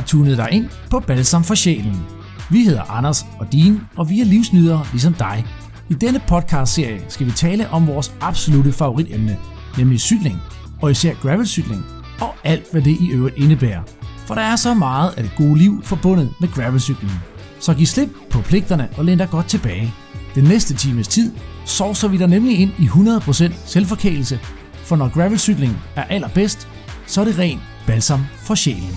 tunet dig ind på Balsam for Sjælen. Vi hedder Anders og Dean, og vi er livsnydere ligesom dig. I denne podcastserie skal vi tale om vores absolutte favoritemne, nemlig cykling, og især gravelcykling, og alt hvad det i øvrigt indebærer. For der er så meget af det gode liv forbundet med gravelcykling. Så giv slip på pligterne og læn dig godt tilbage. Den næste times tid sovser vi dig nemlig ind i 100% selvforkælelse, for når gravelcykling er allerbedst, så er det ren balsam for sjælen.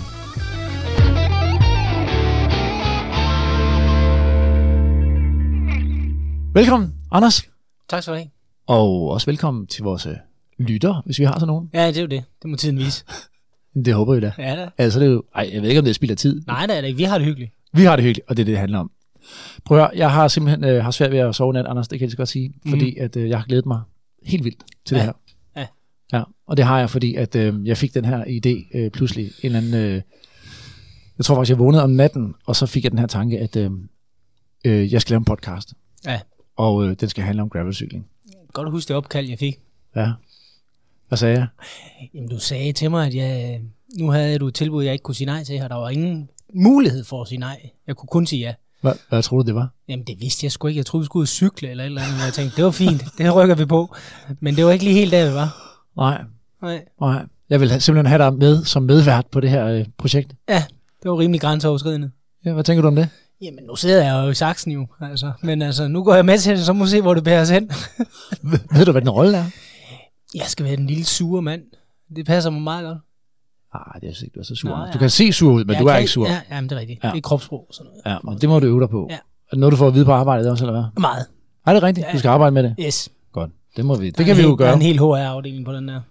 Velkommen, Anders. Tak skal du have. Og også velkommen til vores lytter, hvis vi har sådan nogen. Ja, det er jo det. Det må tiden vise. Det håber vi da. Ja, da. Altså, det er jo... jeg ved ikke, om det er spild af tid. Nej, det er det ikke. Vi har det hyggeligt. Vi har det hyggeligt, og det er det handler om. Prøv at høre, jeg har simpelthen har svært ved at sove nat, Anders, det kan jeg så godt sige, fordi at jeg har glædet mig helt vildt til det her. Ja, og det har jeg, fordi at jeg fik den her idé pludselig. En eller anden... jeg tror faktisk, jeg vågnede om natten, og så fik jeg den her tanke, at jeg skal lave en podcast. Ja. Og den skal handle om gravelcykling. Godt at huske det opkald, jeg fik. Ja. Hvad sagde jeg? Jamen, du sagde til mig, at nu havde du et tilbud, jeg ikke kunne sige nej til, og der var ingen mulighed for at sige nej. Jeg kunne kun sige ja. Hvad troede du, det var? Jamen, det vidste jeg sgu ikke. Jeg troede, vi skulle ud og cykle eller et eller andet. Jeg tænkte, det var fint. Det rykker vi på. Men det var ikke lige helt der, vi var. Nej. Jeg vil simpelthen have dig med som medvært på det her projekt. Ja, det var rimelig grænseoverskridende. Ja, hvad tænker du om det? Jamen, nu sidder jeg jo i saksen jo. Altså. Men altså, nu går jeg med til det, så må vi se, hvor det bærer os hen. Ved du, hvad den rolle er? Jeg skal være den lille sure mand. Det passer mig meget godt. Nej, det er ikke, du er så sur. Nå, ja. Du kan se sur ud, men du er ikke sur. Ja, men det er rigtigt. Ja. Det er kropssprog og sådan noget. Ja, men det må du øve dig på. Ja. Er det noget, du får at vide på arbejdet også, eller hvad? Meget. Er det rigtigt? Du skal arbejde med det? Yes. Godt. Det må vi. Det kan vi jo gøre. Der er en hel HR-afdeling på den der.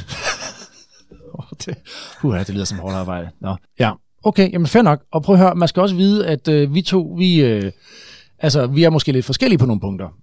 Det lyder som hårdt arbejde. Nå. Ja. Okay, jamen fair nok. Og prøv at høre, man skal også vide, at vi to, vi er måske lidt forskellige på nogle punkter.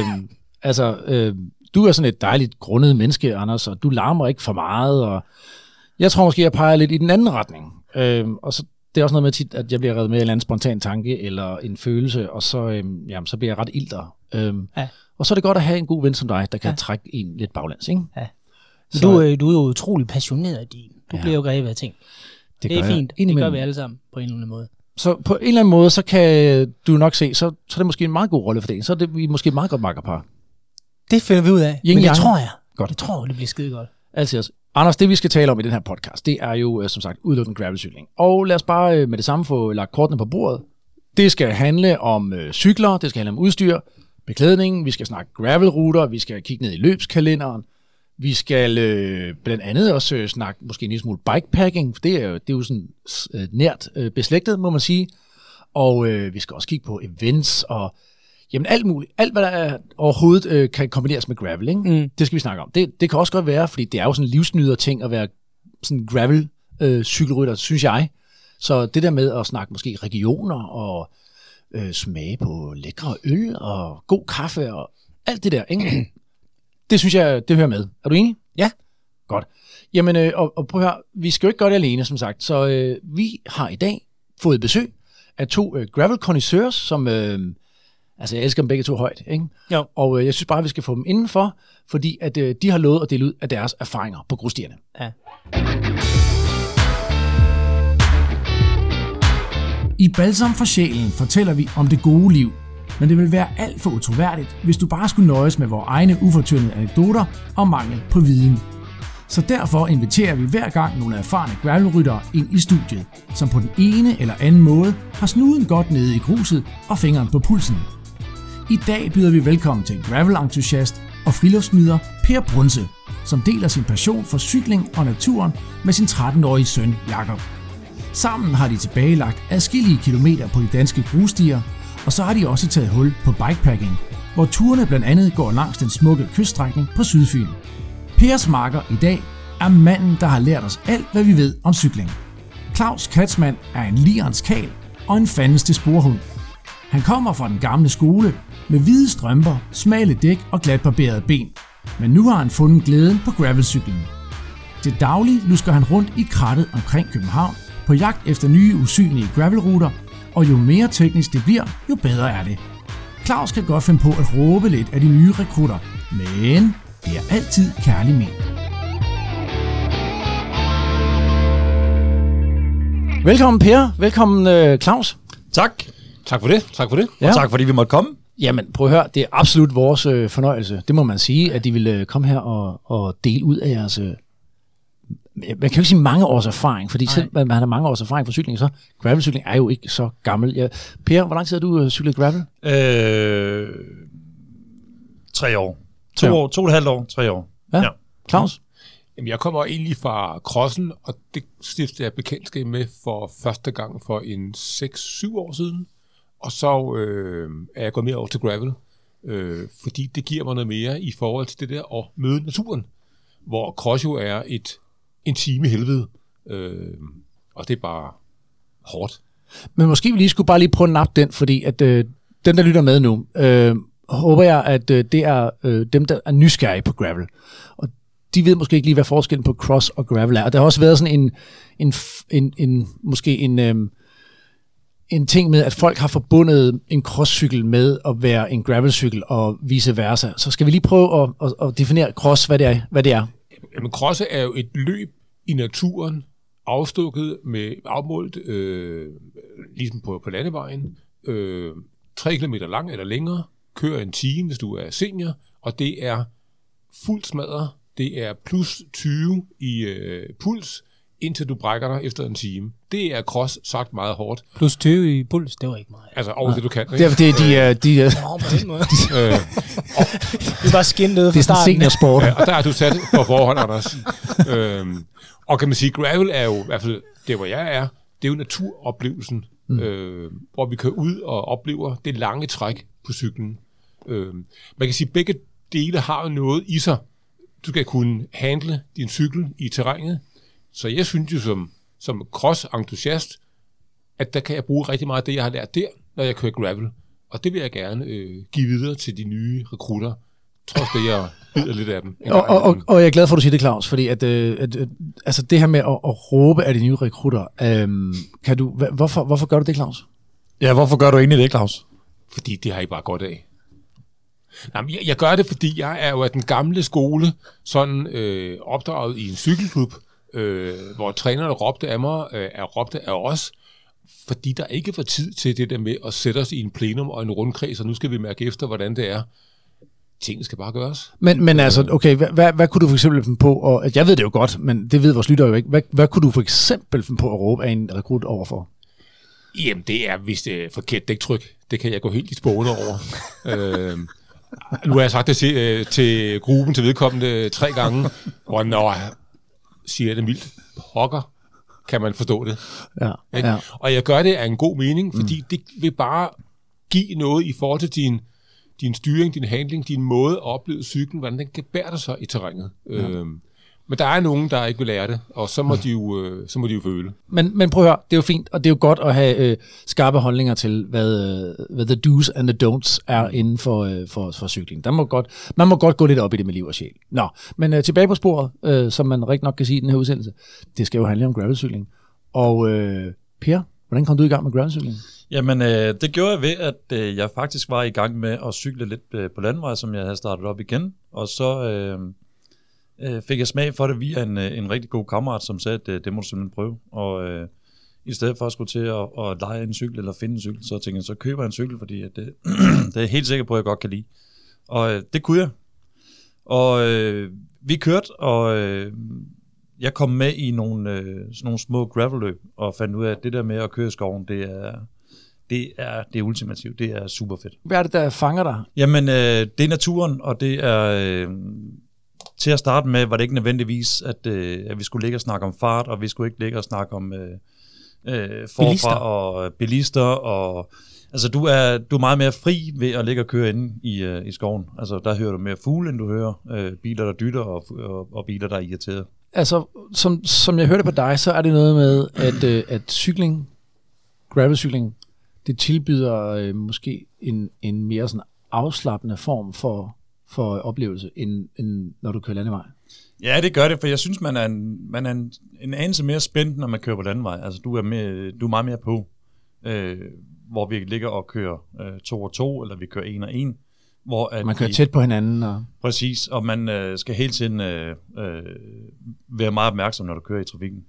Du er sådan et dejligt grundet menneske, Anders, og du larmer ikke for meget, og jeg tror måske, jeg peger lidt i den anden retning. Og så det er også noget med tit, at jeg bliver revet med en eller anden spontan tanke, eller en følelse, og så, så bliver jeg ret ilter. Og så er det godt at have en god ven som dig, der kan trække en lidt baglæns, ikke? Ja. Så, du er jo utrolig passioneret, din. Du bliver jo grebet af ting. Det er fint. Det gør vi alle sammen på en eller anden måde. Så på en eller anden måde, så kan du nok se, så er det måske en meget god rolle for det. Så er det vi måske et meget godt makkerpar. Det finder vi ud af. Men det tror jeg. Godt. Jeg tror, det bliver skide godt. Altså, Anders, det vi skal tale om i den her podcast, det er jo som sagt udelukkende gravelcykling. Og lad os bare med det samme få lagt kortene på bordet. Det skal handle om cykler, det skal handle om udstyr, beklædning, vi skal snakke gravelruter, vi skal kigge ned i løbskalenderen. Vi skal blandt andet også snakke måske en lille smule bikepacking, for det er jo sådan nært beslægtet, må man sige. Og vi skal også kigge på events og jamen alt muligt. Alt, hvad der overhovedet kan kombineres med gravel, ikke? Det skal vi snakke om. Det kan også godt være, fordi det er jo sådan en livsnyder ting at være sådan gravel-cykelrytter, synes jeg. Så det der med at snakke måske regioner og smage på lækre øl og god kaffe og alt det der, ikke? Det synes jeg, det hører med. Er du enig? Ja. Godt. Jamen, og prøv at høre, vi skal jo ikke gøre det alene, som sagt. Så vi har i dag fået besøg af to gravel-connoisseurs, som, jeg elsker dem begge to højt, ikke? Jo. Og jeg synes bare, vi skal få dem indenfor, fordi at de har lovet at dele ud af deres erfaringer på grusstierne. Ja. I Balsam for Sjælen fortæller vi om det gode liv, men det vil være alt for utroværdigt, hvis du bare skulle nøjes med vores egne ufortynede anekdoter og mangel på viden. Så derfor inviterer vi hver gang nogle erfarne gravelryttere ind i studiet, som på den ene eller anden måde har snuden godt nede i gruset og fingeren på pulsen. I dag byder vi velkommen til gravel-entusiast og friluftsnyder Per Brunse, som deler sin passion for cykling og naturen med sin 13-årige søn Jakob. Sammen har de tilbagelagt adskillige kilometer på de danske grusstier, og så har de også taget hul på bikepacking, hvor turene blandt andet går langs den smukke kyststrækning på Sydfyn. Pers makker i dag er manden, der har lært os alt, hvad vi ved om cykling. Claus Katzmann er en lierens kal og en fandens til sporhund. Han kommer fra den gamle skole med hvide strømper, smale dæk og glatbarberede ben, men nu har han fundet glæden på gravelcykling. Til daglig lusker han rundt i krattet omkring København på jagt efter nye usynlige gravelruter, og jo mere teknisk det bliver, jo bedre er det. Claus kan godt finde på at råbe lidt af de nye rekrutter, men det er altid kærlig ment. Velkommen Per, velkommen Claus. Tak. Tak for det. Ja. Og tak fordi vi måtte komme. Jamen prøv at høre, det er absolut vores fornøjelse. Det må man sige, at de vil komme her og dele ud af jeres... man kan jo ikke sige mange års erfaring, fordi selv man har mange års erfaring for cykling, så gravelcykling er jo ikke så gammel. Ja. Per, hvor lang tid har du cyklet gravel? 3 år. 2,5 år, 3 år. Ja. Claus? Jamen, jeg kommer egentlig fra crossen, og det stiftede jeg bekendtskab med for første gang for en 6-7 år siden. Og så er jeg gået mere over til gravel, fordi det giver mig noget mere i forhold til det der at møde naturen, hvor cross jo er en time helvede, og det er bare hårdt. Men måske vi lige skulle bare lige prøve at nappe den, fordi at den, der lytter med nu, håber jeg, at det er dem, der er nysgerrige på gravel. Og de ved måske ikke lige, hvad forskellen på cross og gravel er. Og der har også været sådan en ting med, at folk har forbundet en crosscykel med at være en gravelcykel og vice versa. Så skal vi lige prøve at definere cross, hvad det er. Jamen, cross er jo et løb i naturen, afstukket med afmålt, ligesom på landevejen, 3 km lang eller længere, kører en time, hvis du er senior, og det er fuldt smadret. Det er plus 20 i puls, indtil du brækker dig efter en time. Det er cross sagt meget hårdt. Plus 20 i puls, det var ikke meget. Altså over det, du kan. Ikke? Det er fordi, de på den måde. Det er bare skinnet fra starten. Det er sådan seniorsport. Ja, og der er du sat på forhånd, Anders. Og kan man sige, gravel er jo, i hvert fald det, hvor jeg er, det er jo naturoplevelsen, hvor vi kører ud og oplever det lange træk på cyklen. Man kan sige, at begge dele har jo noget i sig. Du skal kunne handle din cykel i terrænet. Så jeg synes jo som cross-entusiast, at der kan jeg bruge rigtig meget af det, jeg har lært der, når jeg kører gravel. Og det vil jeg gerne give videre til de nye rekrutter, trods det, jeg ved lidt af dem. Og jeg er glad for, at du siger det, Claus, fordi altså det her med at råbe af de nye rekrutter, hvorfor gør du det, Claus? Ja, hvorfor gør du egentlig det, Claus? Fordi det har I bare godt af. Nej, jeg gør det, fordi jeg er jo af den gamle skole, sådan opdraget i en cykelklub, hvor trænerne råbte af mig, råbte af os, fordi der ikke var tid til det der med at sætte os i en plenum og en rundkreds, og nu skal vi mærke efter, hvordan det er. Tingene skal bare gøres. Men altså, okay, hvad kunne du for eksempel finde på, og jeg ved det jo godt, men det ved vores lytter jo ikke, hvad kunne du for eksempel finde på at råbe af en rekrut overfor? Jamen, det er vist forkert dæktryk. Det kan jeg gå helt i spåne over. Nu har jeg sagt det til gruppen, til vedkommende 3 gange, og når siger jeg det mildt, pokker, kan man forstå det. Ja. Og jeg gør det af en god mening, fordi det vil bare give noget i forhold til din styring, din handling, din måde at opleve cyklen, hvordan den kan bære sig i terrænet. Ja. Men der er nogen, der ikke vil lære det, og så må de jo føle. Men prøv at høre, det er jo fint, og det er jo godt at have skarpe holdninger til, hvad the do's and the don'ts er inden for cykling. Man må godt gå lidt op i det med liv og sjæl. Nå, men tilbage på sporet, som man rigtig nok kan sige i den her udsendelse, det skal jo handle om gravelcykling. Og Per, hvordan kom du i gang med gravelcykling? Jamen, det gjorde jeg ved, at jeg faktisk var i gang med at cykle lidt på landvej, som jeg havde startet op igen, og så fik jeg smag for det via en rigtig god kammerat, som sagde, at det må du simpelthen prøve. Og i stedet for at skulle til at lege en cykel eller finde en cykel, så tænkte jeg, så køber jeg en cykel, fordi at det er jeg helt sikker på, at jeg godt kan lide. Og det kunne jeg. Og vi kørte, og jeg kom med i sådan nogle små gravelløb, og fandt ud af, at det der med at køre i skoven, det er ultimativt. Det er super fedt. Hvad er det, der fanger dig? Jamen, det er naturen, og det er... til at starte med var det ikke nødvendigvis, at vi skulle ligge og snakke om fart, og vi skulle ikke ligge og snakke om forfra og bilister. Og, altså, du er meget mere fri ved at ligge og køre inde i skoven. Altså, der hører du mere fugle, end du hører biler, der dytter, og biler, der er irriteret. Altså, som jeg hørte på dig, så er det noget med, at cykling, gravelcykling, det tilbyder måske en mere sådan afslappende form for oplevelse, end når du kører landevej? Ja, det gør det, for jeg synes, man er en anelse mere spændt, når man kører på landevej. Altså, du er meget mere på, hvor vi ligger og kører 2 og 2, eller vi kører 1 og 1. Hvor at man kører tæt på hinanden. Og... Præcis, og man skal hele tiden være meget opmærksom, når du kører i trafikken.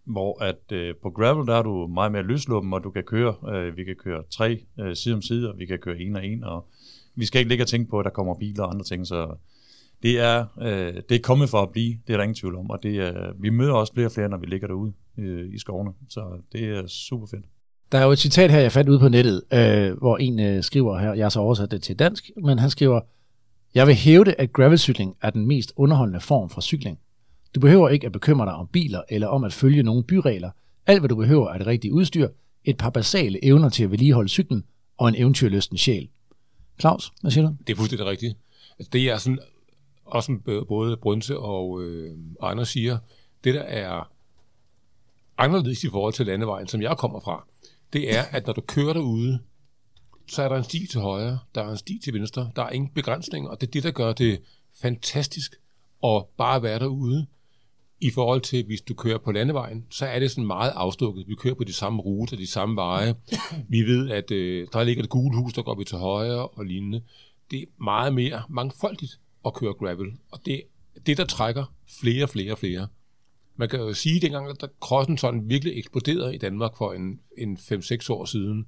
hvor at på gravel, der er du meget mere løsluppen, og du kan køre, vi kan køre 3 side om side, og vi kan køre 1 og 1, og vi skal ikke ligge og tænke på, at der kommer biler og andre ting, så det er kommet for at blive, det er der ingen tvivl om, og vi møder også flere og flere, når vi ligger derude i skovene, så det er super fedt. Der er jo et citat her, jeg fandt ude på nettet, hvor en skriver her, jeg har så oversat det til dansk, men han skriver, jeg vil hævde, at gravelcykling er den mest underholdende form for cykling. Du behøver ikke at bekymre dig om biler eller om at følge nogle byregler. Alt, hvad du behøver, er det rigtige udstyr, et par basale evner til at vedligeholde cyklen og en eventyrlysten sjæl. Claus, hvad siger du? Det er fuldstændig rigtigt. Altså, det er sådan, også både Brønse og Anders siger, det der er anderledes i forhold til landevejen, som jeg kommer fra, det er, at når du kører derude, så er der en sti til højre, der er en sti til venstre, der er ingen begrænsninger, og det er det, der gør det fantastisk at bare være derude. I forhold til, hvis du kører på landevejen, så er det sådan meget afstukket. Vi kører på de samme ruter, de samme veje. Vi ved, at der ligger et gult hus, der går vi til højre og lignende. Det er meget mere mangfoldigt at køre gravel, og det er det, der trækker flere. Man kan jo sige, at dengang, da crossen sådan virkelig eksploderede i Danmark for en 5-6 år siden,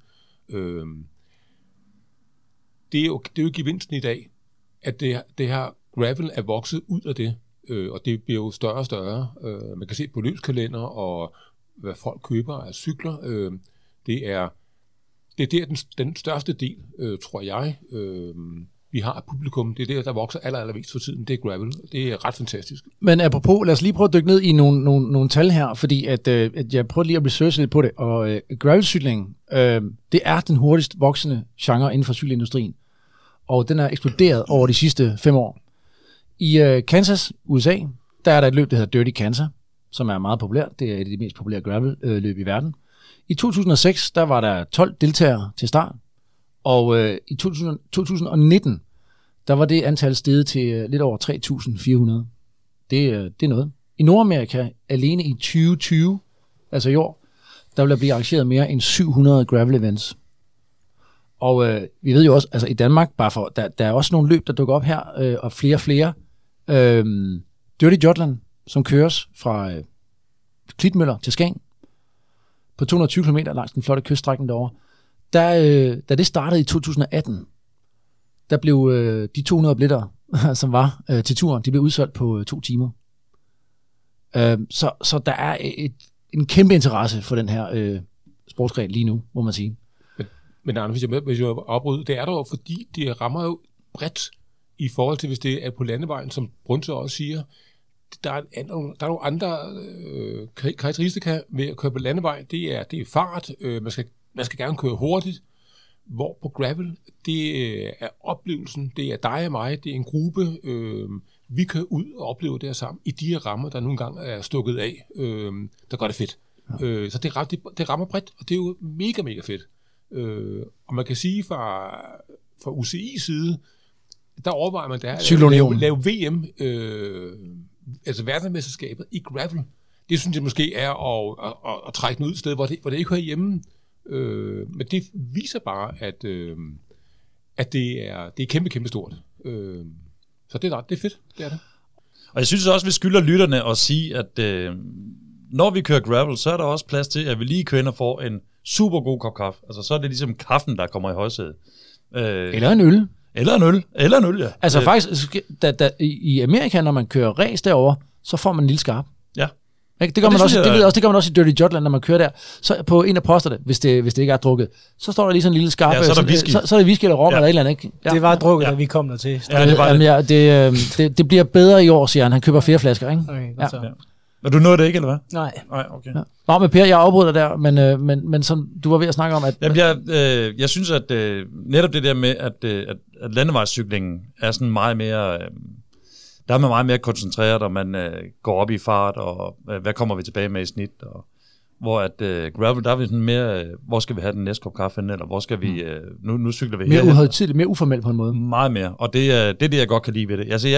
det er jo gevinsten i dag, at det her gravel er vokset ud af det, og det bliver jo større og større. Man kan se på løbskalender og hvad folk køber af cykler. Det er der den største del, tror jeg, vi har af publikum. Det er der vokser allermest for tiden. Det er gravel. Det er ret fantastisk. Men apropos, lad os lige prøve at dykke ned i nogle tal her, fordi at jeg prøvede lige at researche lidt på det, og gravelcykling, det er den hurtigst voksende genre inden for cykelindustrien, og den er eksploderet over de sidste 5 år. I Kansas, USA, der er der et løb, der hedder Dirty Kansas, som er meget populært. Det er et af de mest populære gravel-løb i verden. I 2006, der var der 12 deltagere til start, og i 2019, der var det antal steget til lidt over 3.400. Det er noget. I Nordamerika, alene i 2020, altså i år, der vil der blive arrangeret mere end 700 gravel-events. Og vi ved jo også, altså i Danmark, bare for, der er også nogle løb, der dukker op her, og flere. Dirty Jutland, som køres fra Klitmøller til Skagen, på 220 km langs den flotte kyststrækning derovre. Da det startede i 2018, der blev de 200 billetter, som var til turen, de blev udsolgt på 2 timer. Så der er en kæmpe interesse for den her sportsgren lige nu, må man sige. Men Arne, hvis jeg afbryder, det er der jo, fordi det rammer jo bredt i forhold til, hvis det er på landevejen, som Brønse også siger. Der er nogle andre karakteristika med at køre på landevejen. Det er fart. Man skal gerne køre hurtigt. Hvor på gravel, det er oplevelsen. Det er dig og mig. Det er en gruppe. Vi kører ud og oplever det her sammen i de her rammer, der nogle gange er stukket af. Der gør det fedt. Ja. Så det rammer bredt, og det er jo mega, mega fedt. Og man kan sige fra UCI's side, der overvejer man der at lave VM, altså verdensmesterskabet i gravel. Det synes jeg måske er at trække den ud et sted, hvor det ikke hører hjemme. Men det viser bare, at det er kæmpe stort. Så det er fedt, det er det. Og jeg synes også, vi skylder lytterne at sige, at når vi kører gravel, så er der også plads til, at vi lige kører ind og får en super god kop kaffe. Altså så er det ligesom kaffen, der kommer i højsædet. Eller en øl. Eller en øl, ja. Altså faktisk, i Amerika, når man kører race derover, så får man en lille skarp. Ja. Det gør man også i Dirty Jutland, når man kører der. Så på en af posterne, hvis det ikke er drukket, så står der lige sådan en lille skarp. Ja, så er der whisky. Så er det whisky eller rom eller et eller andet, ikke? Ja. Det var drukket, da vi kom der til. Ja, det bliver bedre i år, siger han. Han køber 4 flasker, ikke? Okay, ja. Og du nåede det ikke, eller hvad? Nej, okay. Ja. Nå, men Per, jeg afbryder der, men som du var ved at snakke om, at... Jamen, jeg synes, at netop det der med, at landevejscyklingen er sådan meget mere... der er man meget mere koncentreret, og man går op i fart, og hvad kommer vi tilbage med i snit, og hvor at gravel, der er vi sådan mere, hvor skal vi have den næste kop kaffe, eller hvor skal vi... Nu cykler vi mere uhøjtideligt, mere uformelt på en måde. Meget mere, og det er det, jeg godt kan lide ved det. Altså,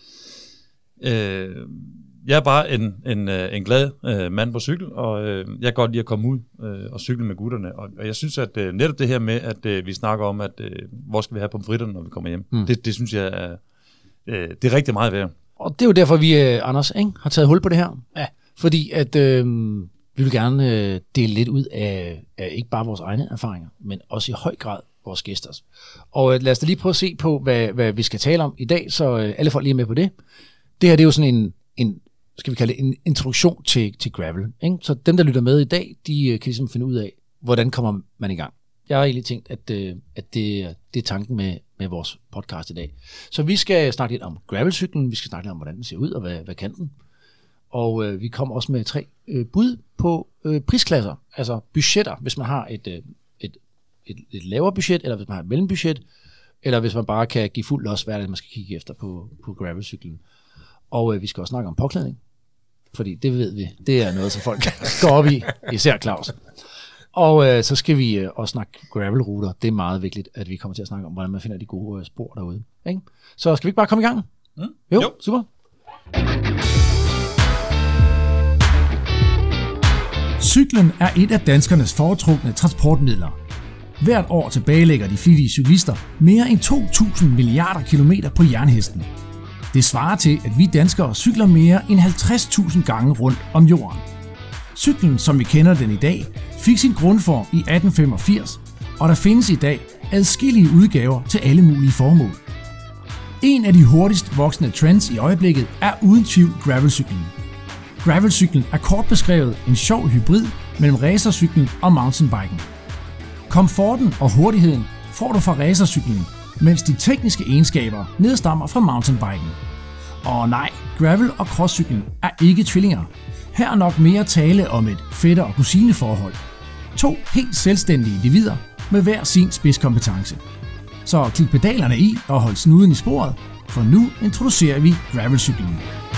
jeg er bare en glad mand på cykel, og jeg kan godt lide at komme ud og cykle med gutterne. Og jeg synes, at netop det her med, at vi snakker om, at hvor skal vi have pomfritterne, når vi kommer hjem, det synes jeg er, det er rigtig meget værd. Og det er jo derfor, vi, Anders, ikke, har taget hul på det her. Ja. Fordi at Vi vil gerne dele lidt ud af ikke bare vores egne erfaringer, men også i høj grad vores gæsters. Og lad os da lige prøve at se på, hvad vi skal tale om i dag, så alle folk lige er med på det. Det her, det er jo sådan en skal vi kalde det, en introduktion til gravel. Ikke? Så dem, der lytter med i dag, de kan ligesom finde ud af, hvordan kommer man i gang. Jeg har egentlig tænkt, at det er tanken med vores podcast i dag. Så vi skal snakke lidt om gravelcyklen, vi skal snakke lidt om, hvordan den ser ud, og hvad kan den. Og vi kommer også med 3 bud på prisklasser, altså budgetter, hvis man har et lavere budget, eller hvis man har et mellembudget, eller hvis man bare kan give fuld los, hvad er det, man skal kigge efter på gravelcyklen. Og vi skal også snakke om påklædning, fordi det ved vi, det er noget, som folk går op i, især Claus. Og så skal vi også snakke gravelruter. Det er meget vigtigt, at vi kommer til at snakke om, hvordan man finder de gode spor derude. Ikke? Så skal vi ikke bare komme i gang? Jo, super. Cyklen er et af danskernes foretrukne transportmidler. Hvert år tilbagelægger de flittige cyklister mere end 2.000 milliarder kilometer på jernhesten. Det svarer til, at vi danskere cykler mere end 50.000 gange rundt om jorden. Cyklen, som vi kender den i dag, fik sin grundform i 1885, og der findes i dag adskillige udgaver til alle mulige formål. En af de hurtigst voksende trends i øjeblikket er uden tvivl gravelcyklen. Gravelcyklen er kort beskrevet en sjov hybrid mellem racercyklen og mountainbiken. Komforten og hurtigheden får du fra racercyklen, mens de tekniske egenskaber nedstammer fra mountainbiken. Og nej, gravel og crosscyklen er ikke tvillinger. Her er nok mere tale om et fætter- og kusineforhold. 2 helt selvstændige individer med hver sin spidskompetence. Så klik pedalerne i og hold snuden i sporet, for nu introducerer vi gravelcyklen.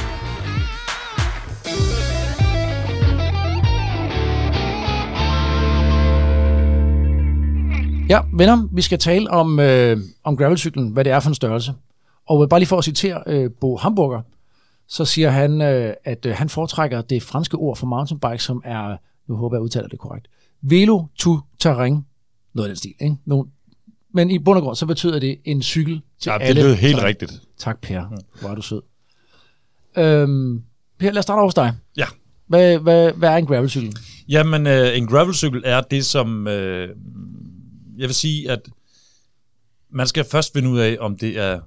Ja, venner, vi skal tale om gravelcyklen, hvad det er for en størrelse. Og bare lige for at citere Bo Hamburger, så siger han, at han foretrækker det franske ord for mountainbike, som er, nu håber jeg udtaler det korrekt, vélo tout terrain, noget af den stil, ikke? Men i bund og grund, så betyder det en cykel til alle. Ja, det lyder helt rigtigt. Tak, Per. Hvor er du sød. Per, lad os starte over hos dig. Ja. Hvad er en gravelcykel? Jamen, en gravelcykel er det, som... jeg vil sige, at man skal først finde ud af, om det er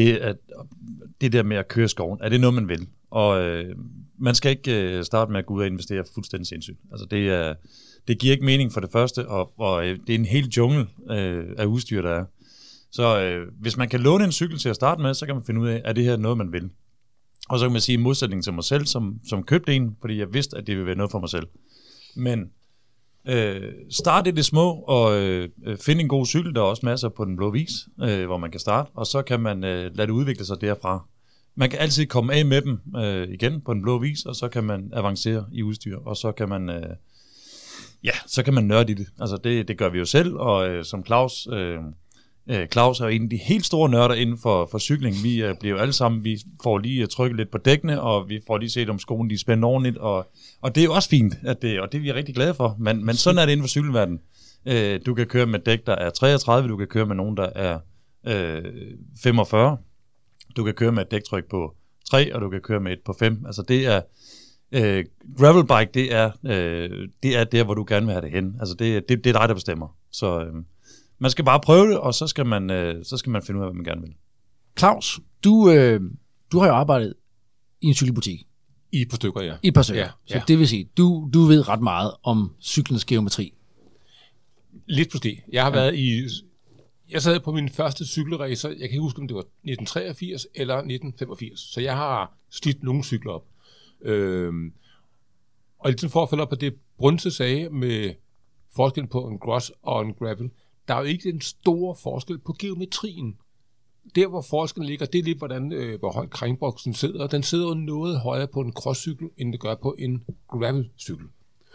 det der med at køre skoven. Er det noget, man vil? Og man skal ikke starte med at gå ud og investere fuldstændig sindssygt. Altså det giver ikke mening for det første, og det er en hel jungle af udstyr, der er. Så hvis man kan låne en cykel til at starte med, så kan man finde ud af, er det her noget, man vil? Og så kan man sige i modsætning til mig selv, som købte en, fordi jeg vidste, at det ville være noget for mig selv. Men start i det små, og finde en god cykel. Der er også masser på Den Blå Vis, hvor man kan starte, og så kan man lade det udvikle sig derfra. Man kan altid komme af med dem igen på Den Blå Vis, og så kan man avancere i udstyr, og så kan man så kan man nørde i det. Altså det gør vi jo selv, og som Claus er jo en af de helt store nørder inden for cykling. Vi bliver jo alle sammen, vi får lige trykket lidt på dækkene, og vi får lige set, om skoene de spænder ordentligt, og det er jo også fint, og det er vi rigtig glade for, men sådan er det inden for cykelverdenen. Du kan køre med dæk, der er 33, du kan køre med nogen, der er 45, du kan køre med et dæktryk på 3, og du kan køre med et på 5. Altså det er, gravelbike, det er der, hvor du gerne vil have det hen. Altså det er dig, der bestemmer. Så man skal bare prøve det, og så skal man finde ud af, hvad man gerne vil. Claus, du har jo arbejdet i en cykelbutik. I et par stykker, ja. I et par stykker. Ja, så det vil sige, du ved ret meget om cyklens geometri. Lidt måske. Jeg sad på min første cykelracer, jeg kan ikke huske, om det var 1983 eller 1985, så jeg har slidt nogle cykler op. Og lidt for at følge op på det, Brunse sagde med forskellen på en cross og en gravel, der er jo ikke en stor forskel på geometrien. Der, hvor forskellen ligger, det er lidt, hvor højt krængboksen sidder. Den sidder jo noget højere på en crosscykel, end det gør på en gravelcykel.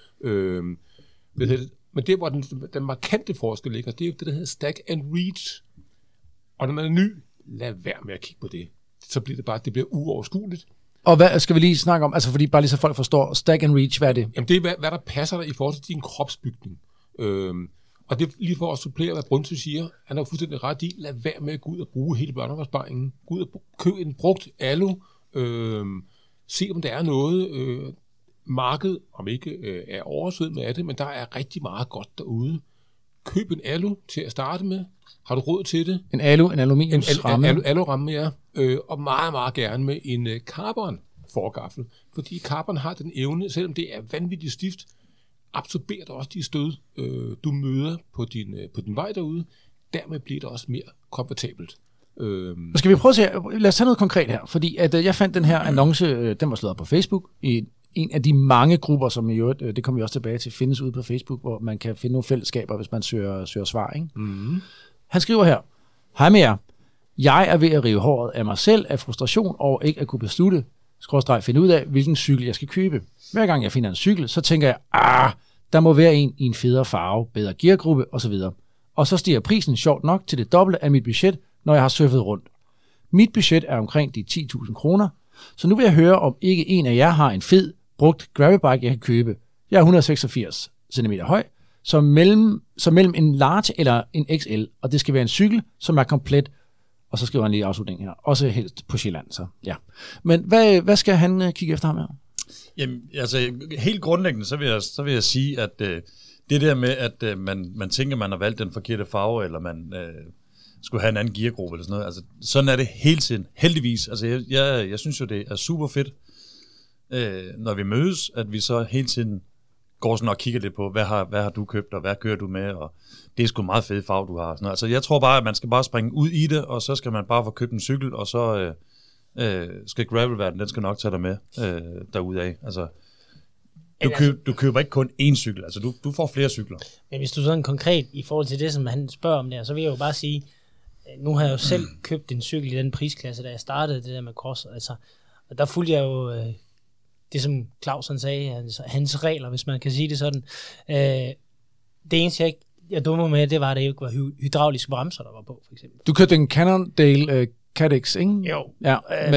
Men der, hvor den markante forskel ligger, det er jo det, der hedder stack and reach. Og når man er ny, lad være med at kigge på det. Så bliver det bliver uoverskueligt. Og hvad skal vi lige snakke om? Altså fordi bare lige så folk forstår, stack and reach, hvad er det? Jamen det er, hvad der passer dig i forhold til din kropsbygning. Og det er lige for at supplere, hvad Brunse siger. Han er jo fuldstændig ret i, lad være med at gå ud og bruge hele børneopsparingen. Gå ud og købe en brugt alu. Se om der er noget. markedet, om ikke er oversvømmet af det, men der er rigtig meget godt derude. Køb en alu til at starte med. Har du råd til det? En aluminiumsramme. En aluramme, ja. Og meget, meget gerne med en carbon forgaffel. Fordi carbon har den evne, selvom det er vanvittigt stift, absorberer det også de stød, du møder på din vej derude. Dermed bliver det også mere komfortabelt. Skal vi prøve at se, lad os tage noget konkret her, fordi at jeg fandt den her annonce, den var slået op på Facebook, i en af de mange grupper, som i øvrigt, det kommer vi også tilbage til, findes ude på Facebook, hvor man kan finde nogle fællesskaber, hvis man søger svar. Ikke? Mm-hmm. Han skriver her, hej med jer, jeg er ved at rive håret af mig selv af frustration over ikke at kunne beslutte, finde ud af, hvilken cykel jeg skal købe. Hver gang jeg finder en cykel, så tænker jeg, der må være en i en federe farve, bedre geargruppe osv. Og så stiger prisen sjovt nok til det dobbelte af mit budget, når jeg har surfet rundt. Mit budget er omkring de 10.000 kroner, så nu vil jeg høre, om ikke en af jer har en fed, brugt gravelbike, jeg kan købe. Jeg er 186 cm høj, så mellem en large eller en XL, og det skal være en cykel, som er komplet, og så skriver han lige afslutningen her, også helst på Sjælland. Så, ja. Men hvad skal han kigge efter ham her? Jamen, altså helt grundlæggende, så vil jeg sige, at det der med, at man tænker, man har valgt den forkerte farve, eller man skulle have en anden geargruppe eller sådan noget. Altså, sådan er det hele tiden. Heldigvis. Altså, jeg synes jo, det er super fedt, når vi mødes, at vi så hele tiden går sådan og kigger lidt på, hvad har du købt, og hvad kører du med, og det er sgu meget fed farve, du har. Sådan noget. Altså, jeg tror bare, at man skal bare springe ud i det, og så skal man bare få købt en cykel, og så skal gravelverden, den skal nok tage dig med derudaf. Altså, du køber ikke kun én cykel, altså du får flere cykler. Men hvis du sådan konkret, i forhold til det, som han spørger om der, så vil jeg jo bare sige, nu har jeg jo selv købt en cykel i den prisklasse, da jeg startede det der med cross, altså, og der fulgte jeg jo det, som Claus han sagde, hans regler, hvis man kan sige det sådan. Det eneste, jeg dummer med, det var, at det ikke var hydrauliske bremser, der var på, for eksempel. Du købte en Cannondale Cadex, ikke? Jo. Ja,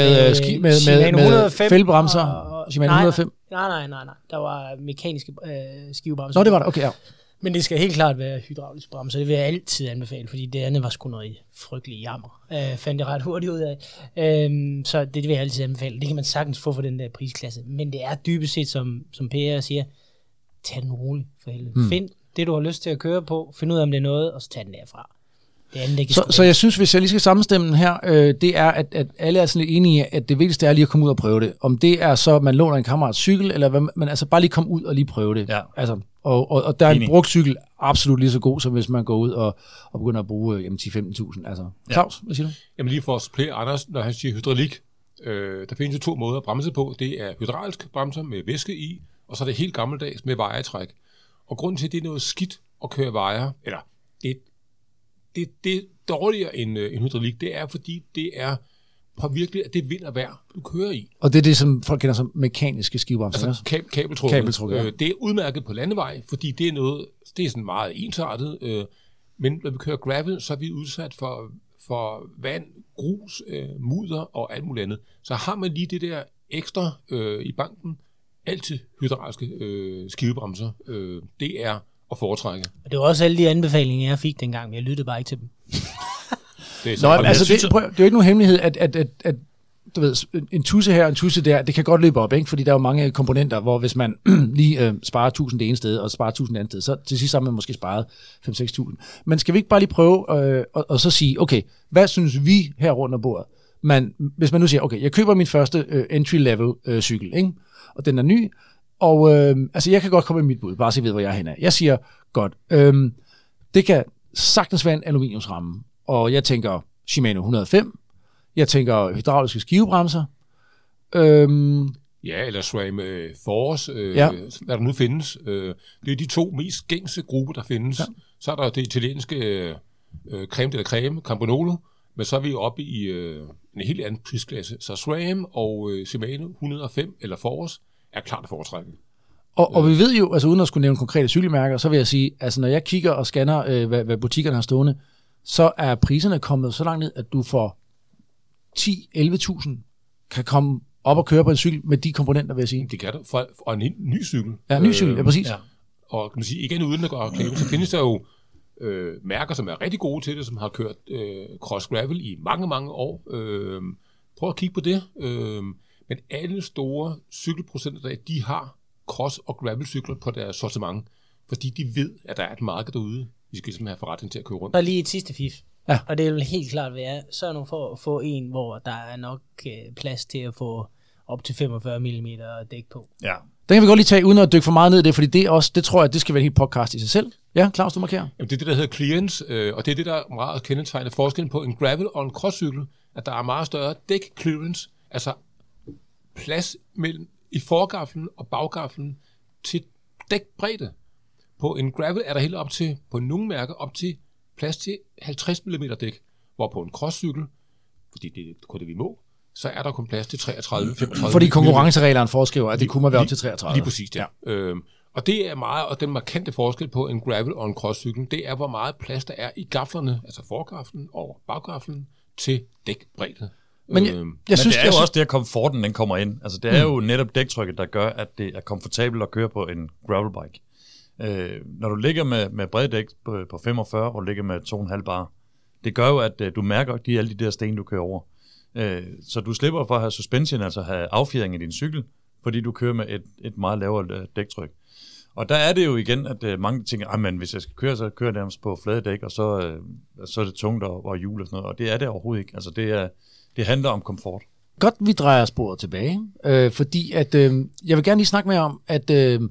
med fældebremser. Shimano 105. Nej. Der var mekaniske skivebremser. Nå, det var det. Okay, ja. Men det skal helt klart være hydraulisk bremser. Det vil jeg altid anbefale, fordi det andet var sgu noget frygtelig jammer. Fandt jeg ret hurtigt ud af. Så det vil jeg altid anbefale. Det kan man sagtens få for den der prisklasse. Men det er dybest set, som Per siger, tag den roligt for helvede. Find det, du har lyst til at køre på. Find ud af, om det er noget, og så tag den derfra. Så jeg synes, hvis jeg lige skal sammenstemme her, det er, at alle er sådan lidt enige i, at det vigtigste er lige at komme ud og prøve det. Om det er så, at man låner en kammerats cykel, eller hvad, men altså bare lige komme ud og lige prøve det. Ja. Altså, og der er en brugt cykel absolut lige så god, som hvis man går ud og begynder at bruge 10-15.000. Altså, Claus, hvad siger du? Jamen lige for at supplere Anders, når han siger hydraulik, der findes jo 2 måder at bremse på. Det er hydrauliske bremser med væske i, og så er det helt gammeldags med vejetræk. Og grunden til, at det er noget skidt at køre vejer, eller det er dårligere end hydraulik, det er, fordi det er påvirkeligt, at det vind og vejr, du kører i. Og det er det, som folk kender som mekaniske skivebremser? Altså kabeltruk. Ja. Det er udmærket på landevej, fordi det er sådan meget ensartet, men når vi kører gravel, så er vi udsat for vand, grus, mudder og alt muligt andet. Så har man lige det der ekstra i banken, altid hydrauliske skivebremser. Det er at foretrække. Og det var også alle de anbefalinger, jeg fik dengang, men jeg lyttede bare ikke til dem. Det er jo ikke nogen hemmelighed, at du ved, en tusse her og en tusse der, det kan godt løbe op, ikke? Fordi der er jo mange komponenter, hvor hvis man lige sparer 1.000 det ene sted, og sparer 1.000 det andet sted, så til sidst har man måske sparet 5-6.000. Men skal vi ikke bare lige prøve og så sige, okay, hvad synes vi her rundt om bordet? Hvis man nu siger, okay, jeg køber min første entry-level cykel, ikke? Og den er ny, og altså jeg kan godt komme med mit bud, bare så jeg ved, hvor jeg er henne. Jeg siger, godt, det kan sagtens være en aluminiumsramme, og jeg tænker Shimano 105, jeg tænker hydrauliske skivebremser. Ja, eller SRAM Force, hvad der nu findes. Det er de 2 mest gængse grupper, der findes. Ja. Så er der det italienske creme de la creme, Campagnolo, men så er vi oppe i en helt anden prisklasse. Så SRAM og Shimano 105 eller Force er klart at foretrække. Og vi ved jo, altså uden at skulle nævne konkrete cykelmærker, så vil jeg sige, altså når jeg kigger og scanner, hvad butikkerne har stående, så er priserne kommet så langt ned, at du for 10-11.000 kan komme op og køre på en cykel med de komponenter, vil jeg sige. Det kan du, for en ny cykel. Ja, en ny cykel, ja, præcis. Ja. Og kan man sige, igen uden at gå reklame, så findes der jo mærker, som er rigtig gode til det, som har kørt cross gravel i mange, mange år. Prøv at kigge på det. Men alle store cykelproducenter, de har cross- og gravelcykler på deres sortiment, fordi de ved, at der er et marked derude, vi skal ligesom have forretning til at køre rundt. Der er lige et sidste fif. Ja. Og det vil helt klart være, sørg nu for at få en, hvor der er nok plads til at få op til 45 mm dæk på. Ja. Den kan vi godt lige tage, uden at dykke for meget ned i det, fordi det tror jeg, det skal være en helt podcast i sig selv. Ja, Claus, du markerer. Jamen, det er det, der hedder clearance, og det er det, der er meget kendetegnet forskellen på en gravel og en crosscykel, at der er meget større dæk clearance, altså plads mellem i forgaflen og baggaflen til dækbredde. På en gravel er der helt op til, på nogle mærker, op til plads til 50 mm dæk, hvor på en crosscykel, fordi det er kun det, vi må, så er der kun plads til 33-35 Fordi konkurrencereglerne foreskriver, at det kunne være op til 33. Lige præcis, ja. Og det er meget, og den markante forskel på en gravel og en crosscykel, det er, hvor meget plads der er i gaflerne, altså forgaflen og baggaflen, til dækbredde. Men jeg synes, det er jo også det, at komforten den kommer ind. Altså, det er jo netop dæktrykket, der gør, at det er komfortabelt at køre på en gravelbike. Når du ligger med breddæk på 45, og du ligger med 2,5 bar, det gør jo, at du mærker alle de der sten, du kører over. Så du slipper for at have suspension, altså have affjedring i din cykel, fordi du kører med et meget lavere dæktryk. Og der er det jo igen, at mange tænker, men hvis jeg skal køre, så kører jeg på flade dæk, og så er det tungt og hjul og sådan noget. Og det er det overhovedet ikke. Altså det handler om komfort. Godt, vi drejer sporet tilbage, fordi at, jeg vil gerne lige snakke med om, at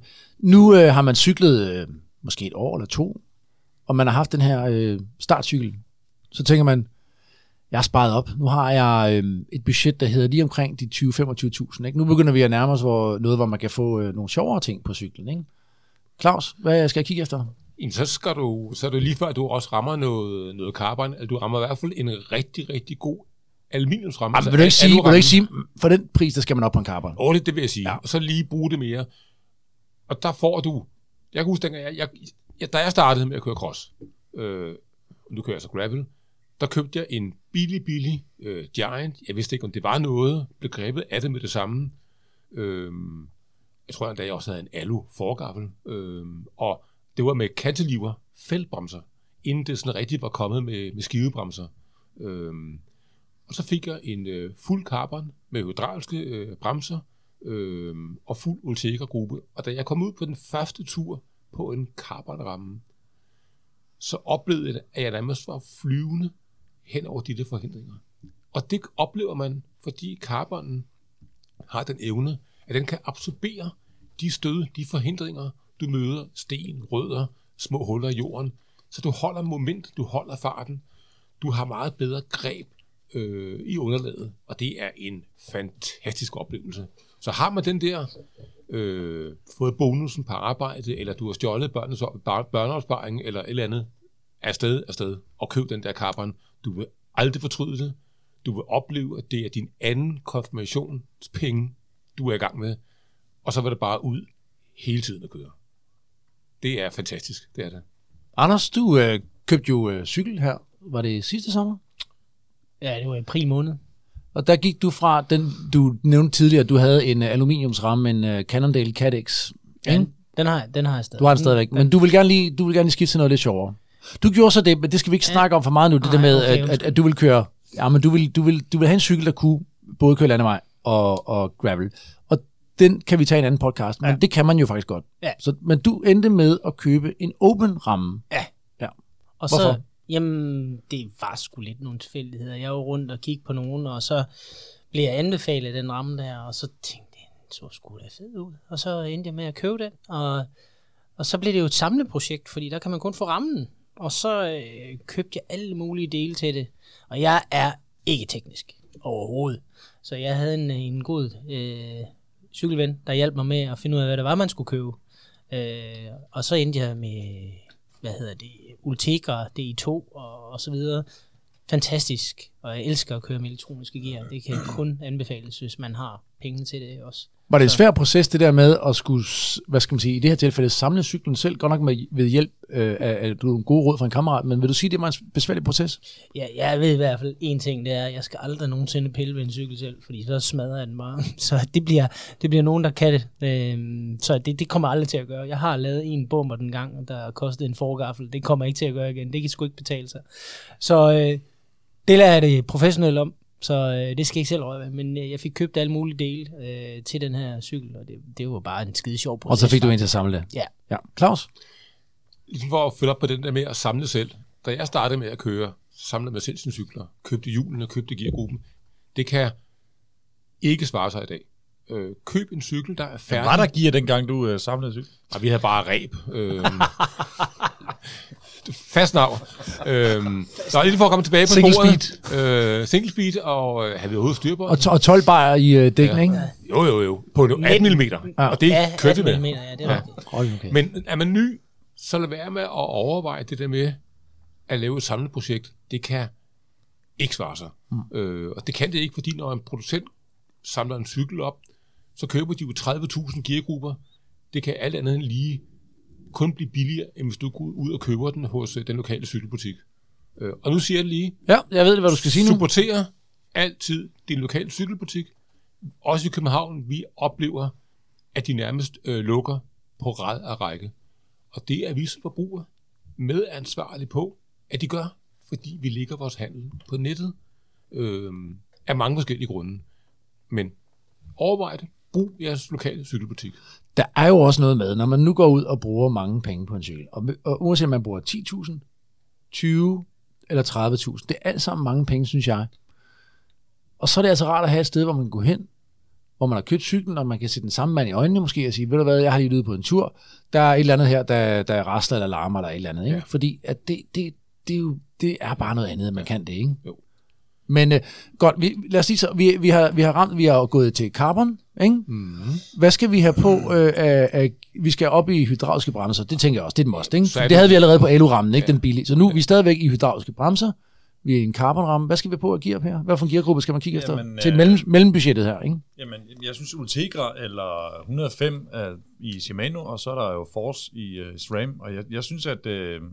nu har man cyklet måske et år eller 2, og man har haft den her startcykel. Så tænker man, jeg har sparet op. Nu har jeg et budget, der hedder lige omkring de 20-25.000. Ikke? Nu begynder vi at nærme os hvor man kan få nogle sjovere ting på cyklen. Ikke? Claus, hvad skal jeg kigge efter? Jamen, så er det lige før, at du også rammer noget carbon, eller du rammer i hvert fald en rigtig, rigtig god aluminiumsramme. Vil du ikke sige, for den pris, der skal man op på en carbon? Det vil jeg sige. Ja. Og så lige bruge det mere. Og der får du... Jeg kan huske, da jeg startede med at køre cross, nu kører jeg så gravel, der købte jeg en billig Giant. Jeg vidste ikke, om det var noget. Blev grebet af det med det samme. Jeg tror, at jeg også havde en alu forgaffel. Og det var med cantilever, fæltbremser, inden det sådan rigtigt var kommet med skivebremser. Og så fik jeg en fuld carbon med hydrauliske bremser og fuld Ultegra-gruppe. Og da jeg kom ud på den første tur på en carbonramme, så oplevede jeg, at jeg nærmest var flyvende hen over de der forhindringer. Og det oplever man, fordi carbonen har den evne, at den kan absorbere de stød, de forhindringer, du møder, sten, rødder, små huller i jorden. Så du holder moment, du holder farten, du har meget bedre greb i underlaget, og det er en fantastisk oplevelse. Så har man den der fået bonusen på arbejde, eller du har stjålet børneopsparing, eller et eller andet, afsted, og køb den der carbon. Du vil aldrig fortryde det. Du vil opleve, at det er din anden konfirmationspenge, du er i gang med, og så vil det bare ud hele tiden at køre. Det er fantastisk, det er det. Anders, du købte jo cykel her. Var det sidste sommer? Ja, det var i april måned. Og der gik du fra den, du nævnte tidligere, at du havde en aluminiumsramme, en Cannondale CADX. Ja, den har jeg stadig. Du har den stadigvæk, men du vil gerne lige skifte til noget lidt sjovere. Du gjorde så det, men det skal vi ikke snakke om for meget nu, det der med, at du vil køre, ja, men du vil have en cykel, der kunne både køre landevej og gravel. Og den kan vi tage i en anden podcast, men det kan man jo faktisk godt. Ja. Men du endte med at købe en open ramme. Ja. Og hvorfor? så, jamen, det var sgu lidt nogle tilfældigheder. Jeg var rundt og kiggede på nogen, og så blev jeg anbefalet den ramme der, og så tænkte jeg, så skulle det fed ud. Og så endte jeg med at købe den, og så blev det jo et samleprojekt, fordi der kan man kun få rammen. Og så købte jeg alle mulige dele til det, og jeg er ikke teknisk overhovedet. Så jeg havde en god cykelven, der hjalp mig med at finde ud af, hvad det var, man skulle købe. Og så endte jeg med, Ultegra DI2 og så videre. Fantastisk, og jeg elsker at køre med elektroniske gear. Det kan kun anbefales, hvis man har penge til det også. Var det en svær proces, det der med at skulle, hvad skal man sige, i det her tilfælde samle cyklen selv, godt nok ved hjælp af du gode råd fra en kammerat, men vil du sige, det var en besværlig proces? Ja, jeg ved i hvert fald en ting, det er, at jeg skal aldrig nogensinde pille ved en cykel selv, fordi så smadrer jeg den bare. Så det bliver nogen, der kan det. Så det kommer aldrig til at gøre. Jeg har lavet en bomber den gang, der kostede en forgaffel. Det kommer ikke til at gøre igen. Det kan sgu ikke betale sig. Så det lader jeg det professionelt om, Så det skal jeg ikke selv røre med, men jeg fik købt alle mulige dele til den her cykel, og det var bare en skide sjov proces. Og så fik du en til at samle det? Ja. Claus? For at følge op på den der med at samle selv. Da jeg startede med at køre, samlede mig selv sine cykler, købte hjulene, købte geargruppen. Det kan ikke svare sig i dag. Køb en cykel, der er færdig. Var der gear, dengang du samlede cykel? Nej, vi havde bare ræb. Fast navn. Så lige for at komme tilbage på sporet. Single speed, og havde vi overhovedet styr på. Og 12 bajer i dækken, ikke? Jo. På 18 mm. Og det kørte vi med. Ja, det er rigtigt. Okay. Men er man ny, så lad være med at overveje det der med at lave et samleprojekt. Det kan ikke svare sig. Og det kan det ikke, fordi når en producent samler en cykel op, så køber de jo 30.000 geargrupper. Det kan alt andet end lige kun blive billigere, end hvis du går ud og køber den hos den lokale cykelbutik. Og nu siger jeg lige. Ja, jeg ved, hvad du skal sige nu. Supporter altid din lokale cykelbutik. Også i København, vi oplever, at de nærmest lukker på rad af række. Og det er vi som forbrugere medansvarlige på, at de gør, fordi vi lægger vores handel på nettet af mange forskellige grunde. Men overvej det. Brug jeres lokale cykelbutik. Der er jo også noget med, når man nu går ud og bruger mange penge på en cykel, og uanset om man bruger 10.000, 20 eller 30.000, det er alt sammen mange penge, synes jeg. Og så er det altså rart at have et sted, hvor man går hen, hvor man har købt cyklen, og man kan se den samme mand i øjnene måske og sige, ved du hvad, jeg har lige været ude på en tur, der er et eller andet her, der rasler eller larmer eller et eller andet, ikke? Ja. Fordi at det er bare noget andet, man kan det, ikke? Jo. Men godt, lad os sige så, vi har gået til carbon, ikke? Mm-hmm. Hvad skal vi have på? Vi skal op i hydrauliske bremser, det tænker jeg også, det er et must, ikke? Det havde vi allerede på alu-rammen, ikke? Den billige. Så nu er vi stadigvæk i hydrauliske bremser, vi er i en carbonramme. Hvad skal vi på at gear op her? Hvad for en geargruppe skal man kigge efter? Til mellembudgettet her, ikke? Jamen, jeg synes Ultegra eller 105 er i Shimano, og så er der jo Force i SRAM, og jeg synes, at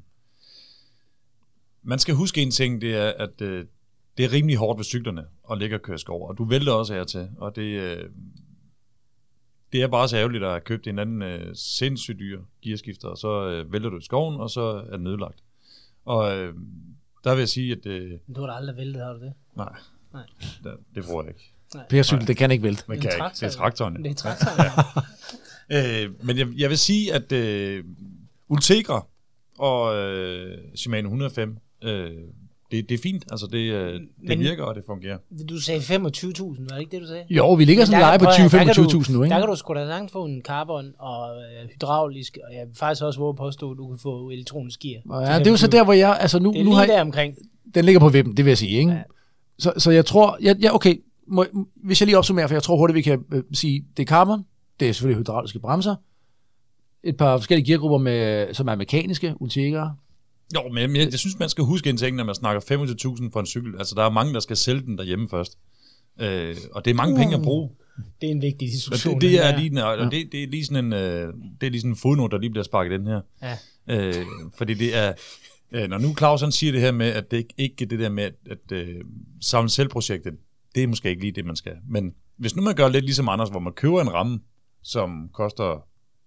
man skal huske en ting, det er, at det er rimelig hårdt ved cyklerne at ligge og køre skov, og du vælter også hertil, og det er bare så ærgerligt at have købt en anden sindssygt dyr gearskifter, og så vælter du i skoven, og så er den nedlagt. Og der vil jeg sige, at du har da aldrig væltet, har du det? Nej. Det bruger jeg ikke. Per-cykel, det kan ikke vælte. Det er traktoren. Det er traktoren, Men jeg vil sige, at Ultegra og Shimano 105, det er fint. Altså, det virker, og det fungerer. Du sagde 25.000, var det ikke det, du sagde? Jo, vi ligger sådan leje på 20-25.000 nu, ikke? Der kan du sgu da langt få en carbon og hydraulisk, og jeg vil faktisk også våge påstå, at du kan få elektronisk gear. Ja, det er jo så der, hvor jeg... Altså nu, det er lige der omkring. Den ligger på vippen, det vil jeg sige, ikke? Ja. Så jeg tror... Ja, okay. Hvis jeg lige opsummerer, for jeg tror hurtigt, vi kan sige, det er carbon, det er selvfølgelig hydrauliske bremser, et par forskellige geargrupper, som er mekaniske, Ultegra. Jo, men jeg synes, man skal huske en ting, når man snakker 25.000 for en cykel. Altså, der er mange, der skal sælge den derhjemme først. Og det er mange penge at bruge. Det er en vigtig diskussion. Det er lige sådan en fodnote, der lige bliver sparket ind her. Ja. Fordi det er... Når nu Claus han siger det her med, at det ikke er det der med, at samle selvprojektet, det er måske ikke lige det, man skal. Men hvis nu man gør lidt ligesom Anders, hvor man køber en ramme, som koster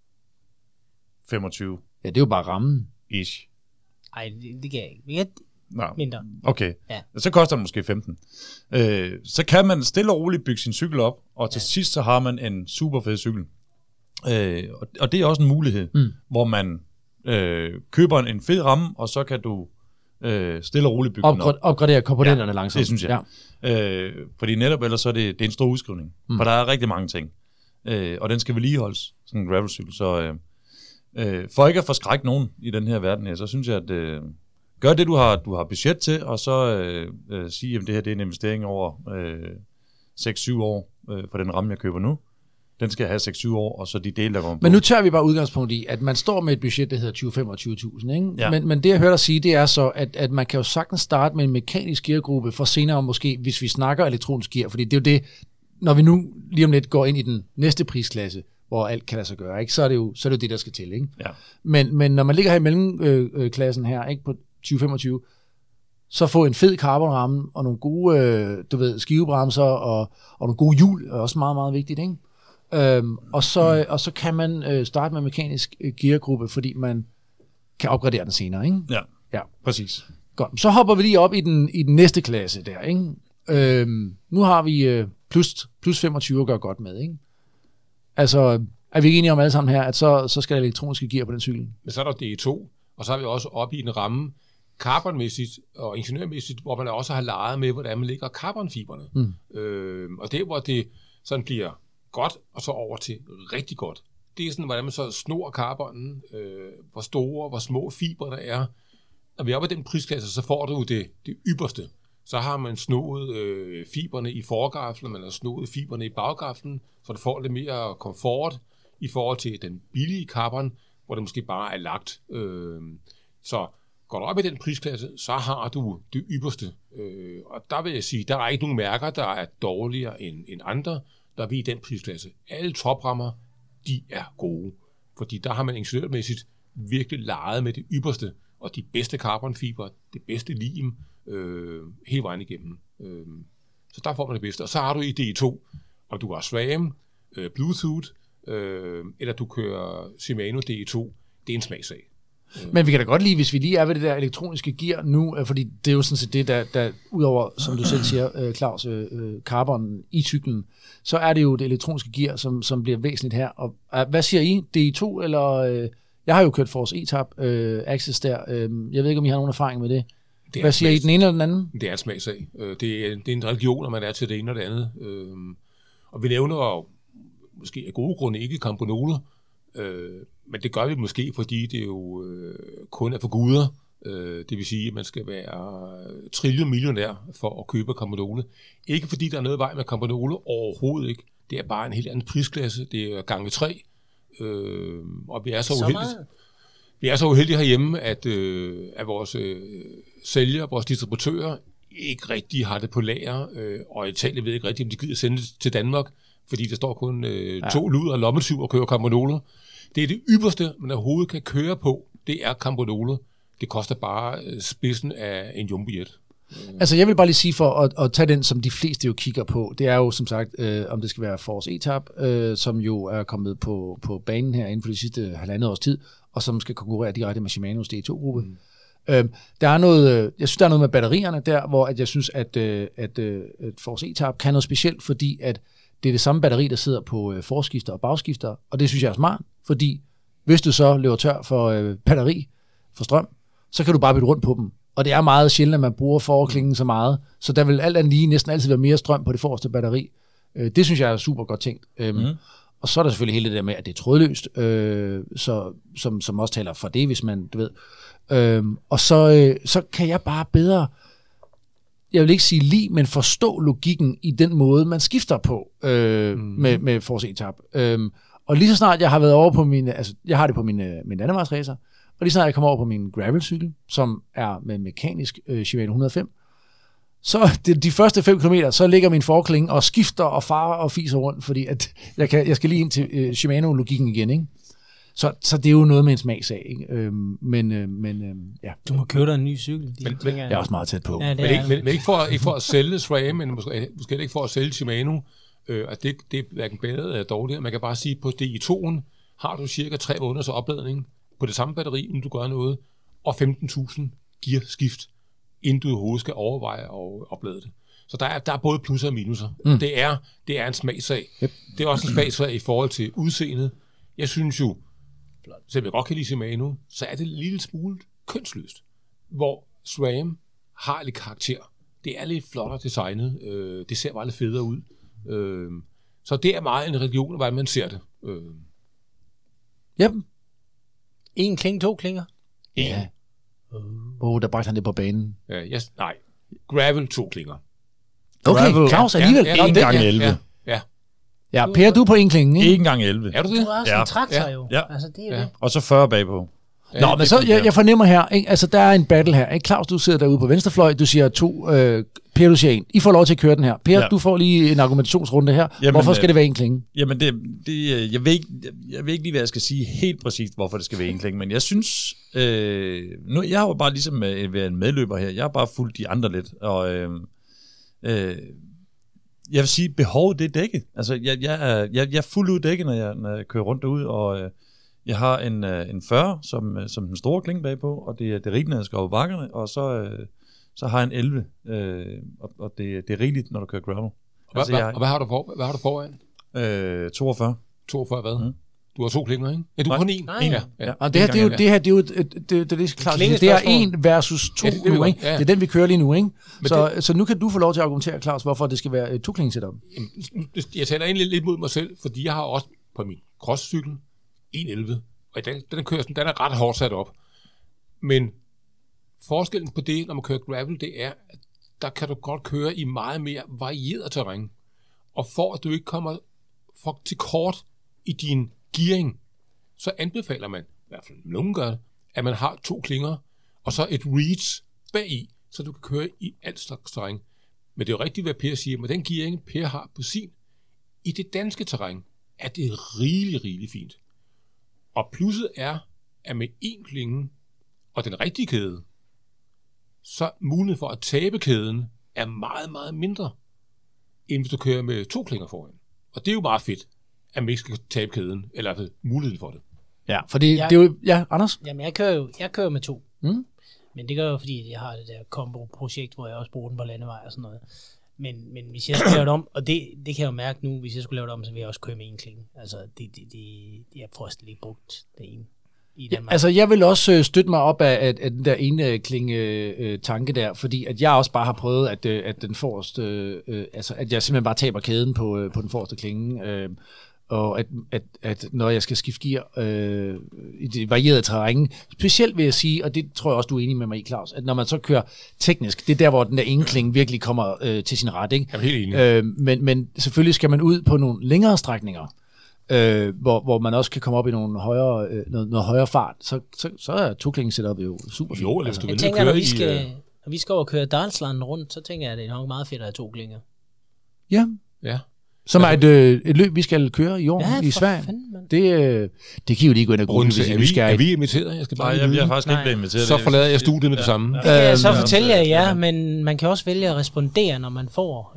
25. Ja, det er jo bare rammen. Ish. Ej, det kan jeg ikke. Mindre. Okay. Ja. Så koster det måske 15. Så kan man stille og roligt bygge sin cykel op, og til sidst så har man en super fed cykel. Og det er også en mulighed, hvor man køber en fed ramme, og så kan du stille og roligt bygge den op. Opgradere komponenterne langsomt. Det synes jeg. Ja. Fordi netop ellers så er det er en stor udskrivning. For der er rigtig mange ting. Og den skal vedligeholdes, sådan en gravelcykel. Så for ikke at forskrække nogen i den her verden her, så synes jeg, at gør det, du har budget til, og så sige, at det her det er en investering over 6-7 år for den ramme, jeg køber nu. Den skal have 6-7 år, og så de dele, der kommer på. Men nu tager vi bare udgangspunkt i, at man står med et budget, der hedder 20-25.000, ikke? Ja. Men det, jeg hører dig sige, det er så, at man kan jo sagtens starte med en mekanisk geargruppe, for senere måske, hvis vi snakker elektronisk gear, fordi det er jo det, når vi nu lige om lidt går ind i den næste prisklasse, hvor alt kan lade sig gøre, ikke? Så er det jo det, der skal til, ikke? Ja. Men når man ligger her i mellemklassen her, ikke, på 20-25, så få en fed carbonramme, og nogle gode, skivebremser, og nogle gode hjul, er også meget, meget vigtigt, ikke? Og så kan man starte med mekanisk geargruppe, fordi man kan opgradere den senere, ikke? Ja. Præcis. Godt. Så hopper vi lige op i den næste klasse der, ikke? Nu har vi plus 25 at gøre godt med, ikke? Altså, er vi ikke enige om alle sammen her, at så skal der elektroniske gear på den cykel? Men så er der DE2, og så er vi også oppe i en ramme, carbonmæssigt og ingeniørmæssigt, hvor man også har leget med, hvordan man lægger carbonfiberne. Og det, hvor det sådan bliver godt, og så over til rigtig godt, det er sådan, hvordan man så snor carbonen, hvor store, hvor små fibrene er. Når vi er oppe i den prisklasse, så får du det ypperste. Så har man snoet fiberne i forgaflen, man har snoet fiberne i baggaflen, så du får lidt mere komfort i forhold til den billige carbon, hvor det måske bare er lagt. Så går du op i den prisklasse, så har du det ypperste. Og der vil jeg sige, der er ikke nogen mærker, der er dårligere end andre, der er vi i den prisklasse. Alle toprammer, de er gode, fordi der har man ingeniørmæssigt virkelig leget med det ypperste, og de bedste carbonfiber, det bedste lim, hele vejen igennem. Så der får man det bedste. Og så har du i DE2, om du har SRAM, Bluetooth, eller du kører Shimano DE2, det er en smagsag. Men vi kan da godt lide, hvis vi lige er ved det der elektroniske gear nu, fordi det er jo sådan set det, der udover, som du selv siger, Claus, carbon i cyklen, så er det jo det elektroniske gear, som bliver væsentligt her. Og hvad siger I? DE2, eller... Jeg har jo kørt Force E-Tab Access der. Jeg ved ikke, om I har nogen erfaring med det. Hvad siger I, den ene eller den anden? Det er en smagsag. Det er en religion, når man er til det ene og det andet. Og vi nævner måske af gode grunde ikke Campanolo, men det gør vi måske, fordi det jo kun er for guder. Det vil sige, at man skal være trillion-millionær for at købe Campanolo. Ikke fordi der er noget vej med Campanolo, overhovedet ikke. Det er bare en helt anden prisklasse. Det er gange 3. Og vi er så uheldige herhjemme, at vores sælgere, vores distributører ikke rigtig har det på lager, og Italien ved ikke rigtig, om de gider sende det til Danmark, fordi der står kun 2 luder og lommetyv og kører Campanolo. Det er det ypperste, man overhovedet kan køre på. Det er Campanolo. Det koster bare spidsen af en jumbojet. Altså jeg vil bare lige sige, for at tage den, som de fleste jo kigger på, det er jo som sagt, om det skal være Force E-Tab, som jo er kommet på banen her inden for de sidste 1,5 års tid, og som skal konkurrere direkte med Shimanos DE2-gruppe. Der er noget, jeg synes, der er noget med batterierne der, hvor at jeg synes, at Force E-Tab kan noget specielt, fordi at det er det samme batteri, der sidder på forskifter og bagskifter, og det synes jeg er smart, fordi hvis du så løber tør for batteri, for strøm, så kan du bare bytte rundt på dem. Og det er meget sjældent, at man bruger forklingen så meget, så der vil alt andet lige næsten altid være mere strøm på det forreste batteri. Det synes jeg er super godt tænkt. Og så er der selvfølgelig hele det der med, at det er trådløst, som også taler for det, hvis man, du ved. Og så kan jeg bare bedre, jeg vil ikke sige lige, men forstå logikken i den måde, man skifter på med Force E-Tab. Og lige så snart jeg har været over på jeg har det på min landevejsracer, og lige snart jeg kommer over på min gravelcykel, som er med mekanisk Shimano 105, så de første 5 km, så ligger min forklinge og skifter og farer og fiser rundt, fordi at jeg skal lige ind til Shimano-logikken igen, ikke? Så det er jo noget med en smagsag, ikke? Men ja. Du må købe dig en ny cykel. Jeg er også meget tæt på. Ja, men ikke for at sælge SRAM, men måske ikke for at sælge Shimano, at det er hverken bedre eller dårligere. Man kan bare sige, at på DE2'en har du cirka 3 måneders opladning på det samme batteri, inden du gør noget, og 15.000 gearskift, inden du overhovedet skal overveje at oplade det. Så der er både plusser og minuser. Det er en smagsag. Yep. Det er også en smagsag i forhold til udseendet. Jeg synes jo, selvom jeg godt kan lide Shimano, så er det en lille smule kønsløst, hvor SRAM har lidt karakter. Det er lidt flottere designet. Det ser bare lidt federe ud. Så det er meget en religion, hvordan man ser det. Yep. 1 klinge, 2 klinger? Ja. Der bragte han det på banen. Nej. Gravel 2 klinger. Okay, Claus alligevel. 1 gange 11. Ja, Per, du er på 1 klinge, ikke? 1 gange 11. Er du det? Du er også en traktor jo. Ja. Altså, det er jo det. Og så 40 bagpå. Nå, men så jeg fornemmer her, ikke? Altså der er en battle her, ikke? Claus, du sidder derude på venstrefløj, du siger 2, Per, du siger 1. I får lov til at køre den her. Per, du får lige en argumentationsrunde her. Jamen, hvorfor skal det være 1 klinge? Jamen, jeg ved ikke lige, hvad jeg skal sige helt præcist, hvorfor det skal være 1 klinge, men jeg synes, jeg har jo bare ligesom været en medløber her, jeg har bare fulgt de andre lidt, og jeg vil sige, behovet det er dækket. Altså, jeg er fuldt ud dækket, når jeg kører rundt derude, og jeg har en 40 som den store klinge bagpå, og det er rigtigt, når jeg skal over bakkerne, og så har jeg en 11, og det er rigeligt, når du kører gravel. Og hvad har du foran? 42. 42 hvad? Mm. Du har 2 klinger, ikke? Ja, du har kun 1. Ja. Og det her, det er jo klart. Det er 1 versus 2 nu, ikke? Ja. Det er den, vi kører lige nu, ikke? Så nu kan du få lov til at argumentere, Claus, hvorfor det skal være et 2-klinge-setup. Jeg taler egentlig lidt mod mig selv, fordi jeg har også på min crosscykel 1.11, og den kører sådan, den er ret hårdt sat op. Men forskellen på det, når man kører gravel, det er, at der kan du godt køre i meget mere varieret terræn. Og for at du ikke kommer til kort i din gearing, så anbefaler man, i hvert fald nogen gør det, at man har 2 klinger, og så et reach bagi, så du kan køre i alt slags terræn. Men det er jo rigtigt, hvad Per siger, med den gearing, Per har på sin, i det danske terræn, er det rigelig, rigelig fint. Og plusset er, at med 1 klinge og den rigtige kæde, så muligheden for at tabe kæden er meget, meget mindre, end hvis du kører med 2 klinger foran. Og det er jo meget fedt, at man ikke skal tabe kæden, eller i hvert fald muligheden for det. Ja, for det er jo... Ja, Anders? Jamen, jeg kører med 2. Mm. Men det gør jo, fordi jeg har det der combo-projekt, hvor jeg også bruger den på landevej og sådan noget. Men hvis jeg skulle lave det om, og det kan jeg jo mærke nu, hvis jeg skulle lave det om, så vil jeg også køre med 1 klinge. Altså, jeg får også lige brugt det ene. Ja, altså, jeg vil også støtte mig op af den der ene klinge tanke der, fordi at jeg også bare har prøvet, at den forreste, altså at jeg simpelthen bare taber kæden på den forreste klinge, og at når jeg skal skifte gear i det varierede terræn, specielt vil jeg sige, og det tror jeg også, du er enig med mig i, Claus, at når man så kører teknisk, det er der, hvor den der ene klinge virkelig kommer til sin ret, ikke? Jeg er helt enig. Men selvfølgelig skal man ud på nogle længere strækninger, hvor man også kan komme op i nogle noget højere fart, så er 2-klinge-setup jo super fint. Jo, jeg tænker, når vi skal over og køre Dalsland rundt, så tænker jeg, at det er nok meget fedt at have 2 klinger. Ja. Som er et løb, vi skal køre i år i Sverige. Det kan jo lige gå ind og google, hvis er vi inviteret? Jeg skal bare jeg har faktisk ikke blevet inviteret. Så forlader jeg studiet med det samme. Det kan jeg så fortælle jer, men man kan også vælge at respondere, når man får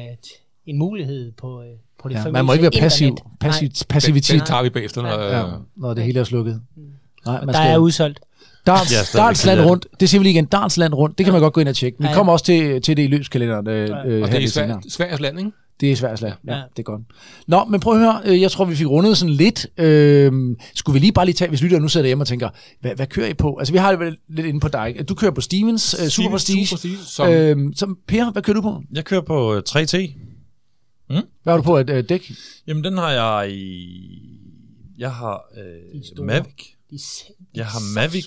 en mulighed på det famøse. Man må ikke være passivitet. Det tager vi bagefter, når det hele er slukket. Nej, der er udsolgt. Dalsland rundt, det siger vi lige igen, Dalsland rundt, det kan man godt gå ind og tjekke. Vi kommer også til det i løbskalenderen. Og det er Sveriges land, ikke? Det er Sveriges land, ja, det er godt. Nå, men prøv at høre, jeg tror, vi fik rundet sådan lidt. Skulle vi lige bare tage, hvis lytteren nu sidder hjemme og tænker, hvad kører I på? Altså, vi har det vel lidt inde på dig. Du kører på Stevens Super Prestige. Som Per, hvad kører du på? Jeg kører på 3T. Hvad har du på et dæk? Jamen, den har jeg Jeg har Mavic. Jeg har Mavic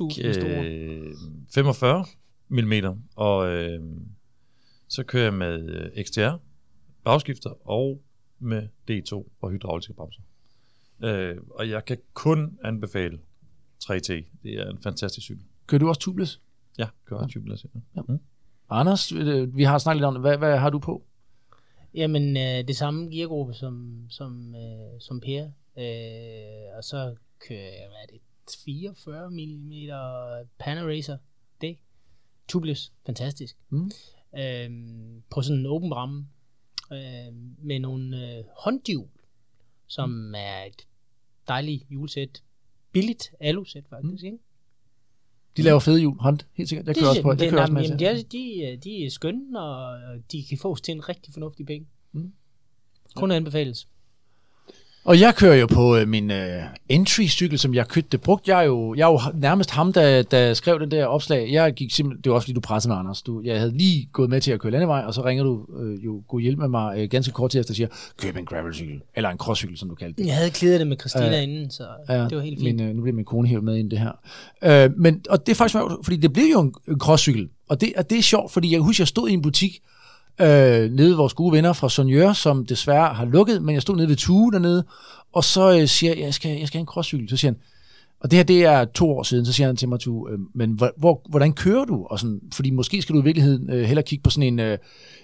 45 mm, og så kører jeg med XTR, bagskifter og med D2 og hydrauliske bremser. Og jeg kan kun anbefale 3T. Det er en fantastisk cykel. Kører du også tubeless? Ja, kører også tubeless. Ja. Mm. Anders, vi har snakket lidt om det. Hvad har du på? Jamen, det samme geargruppe som Per. Og så kører jeg, 44 mm Panaracer dæk. Tubeless, fantastisk. Mm. På sådan en åben ramme. Med nogle håndhjul, som er et dejligt hjulsæt. Billigt alusæt faktisk, ikke? De laver fede hjul, Hunt, helt sikkert. Jeg kører også på. De er skønne, og de kan fås til en rigtig fornuftig penge. Kun anbefales. Og jeg kører jo på min entry-cykel, som jeg købte brugt. Jeg er jo nærmest ham, der skrev den der opslag. Jeg gik simpelthen, det var også fordi, du pressede mig, Anders. Jeg havde lige gået med til at køre landevej, og så ringer du jo god hjælp med mig ganske kort tid efter og siger, køb en gravelcykel, eller en crosscykel, som du kaldte det. Jeg havde klædet det med Christina inden, så det var helt fint. Nu bliver min kone hævet med ind det her. Og det er faktisk fordi det blev jo en crosscykel. Og det er sjovt, fordi jeg husker, jeg stod i en butik, nede ved vores gode venner fra Sonjør, som desværre har lukket, men jeg stod nede ved Tue dernede, og så siger jeg skal have en crosscykel. Så siger han, og det her, det er 2 år siden, så siger han til mig, men hvordan kører du? Og sådan, fordi måske skal du i virkeligheden hellere kigge på sådan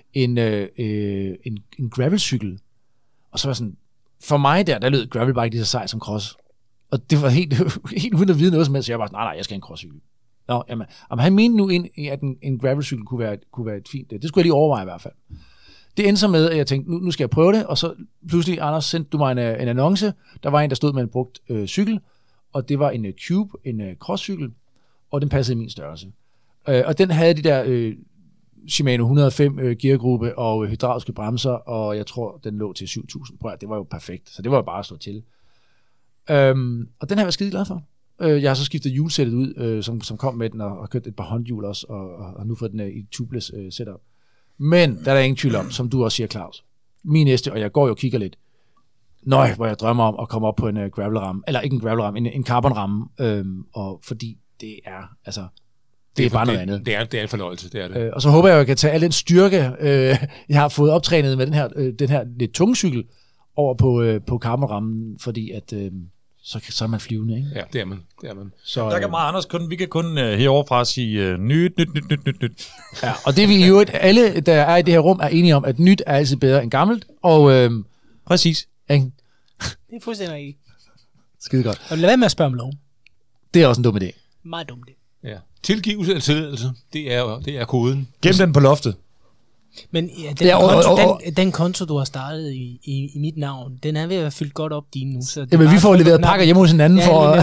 en gravelcykel. Og så var sådan, for mig der lød gravelbike lige så sej som cross. Og det var helt uden at vide noget som helst, så jeg var nej, jeg skal have en crosscykel. Nå, jamen, han mente nu, at en gravelcykel kunne være et fint. Det skulle jeg lige overveje i hvert fald. Det endte så med, at jeg tænkte, nu skal jeg prøve det, og så pludselig, Anders, sendte du mig en annonce. Der var en, der stod med en brugt cykel, og det var en Cube, en crosscykel, og den passede i min størrelse. Og den havde de der Shimano 105 geargruppe og hydrauliske bremser, og jeg tror, den lå til 7.000. Prøv at, det var jo perfekt, så det var jo bare at stå til. Og den har jeg været skide glad for. Jeg har så skiftet hjulsættet ud, som kom med den, og kørt et par håndhjul også, og nu fået den i tubeless setup. Men der er der ingen tvivl om, som du også siger, Claus. Min næste, og jeg går jo og kigger lidt, hvor jeg drømmer om at komme op på en gravelramme, eller ikke en gravelramme, en carbonramme, og fordi det er, altså, det er bare noget andet. Det er en fornøjelse, det er det. Og så håber jeg, at jeg kan tage al den styrke, jeg har fået optrænet med den her lidt tunge cykel, over på carbonrammen, fordi at så er man flyvende, ikke? Ja, det er man. Så, der kan meget Anders vi kan kun heroverfra sige nyt. Ja, og det vi i øvrigt, alle der er i det her rum, er enige om, at nyt er altid bedre end gammelt, og præcis. Ikke? Det er fuldstændig ikke. Skide godt. Og lad være med at spørge om lov. Det er også en dum idé. Meget dumt det. Ja. Tilgivelse eller tilladelse, det er koden. Gem den på loftet. Men den konto, du har startet i mit navn, den er ved at være fyldt godt op din nu. Så jamen, vi får leveret pakker hjemme hos hinanden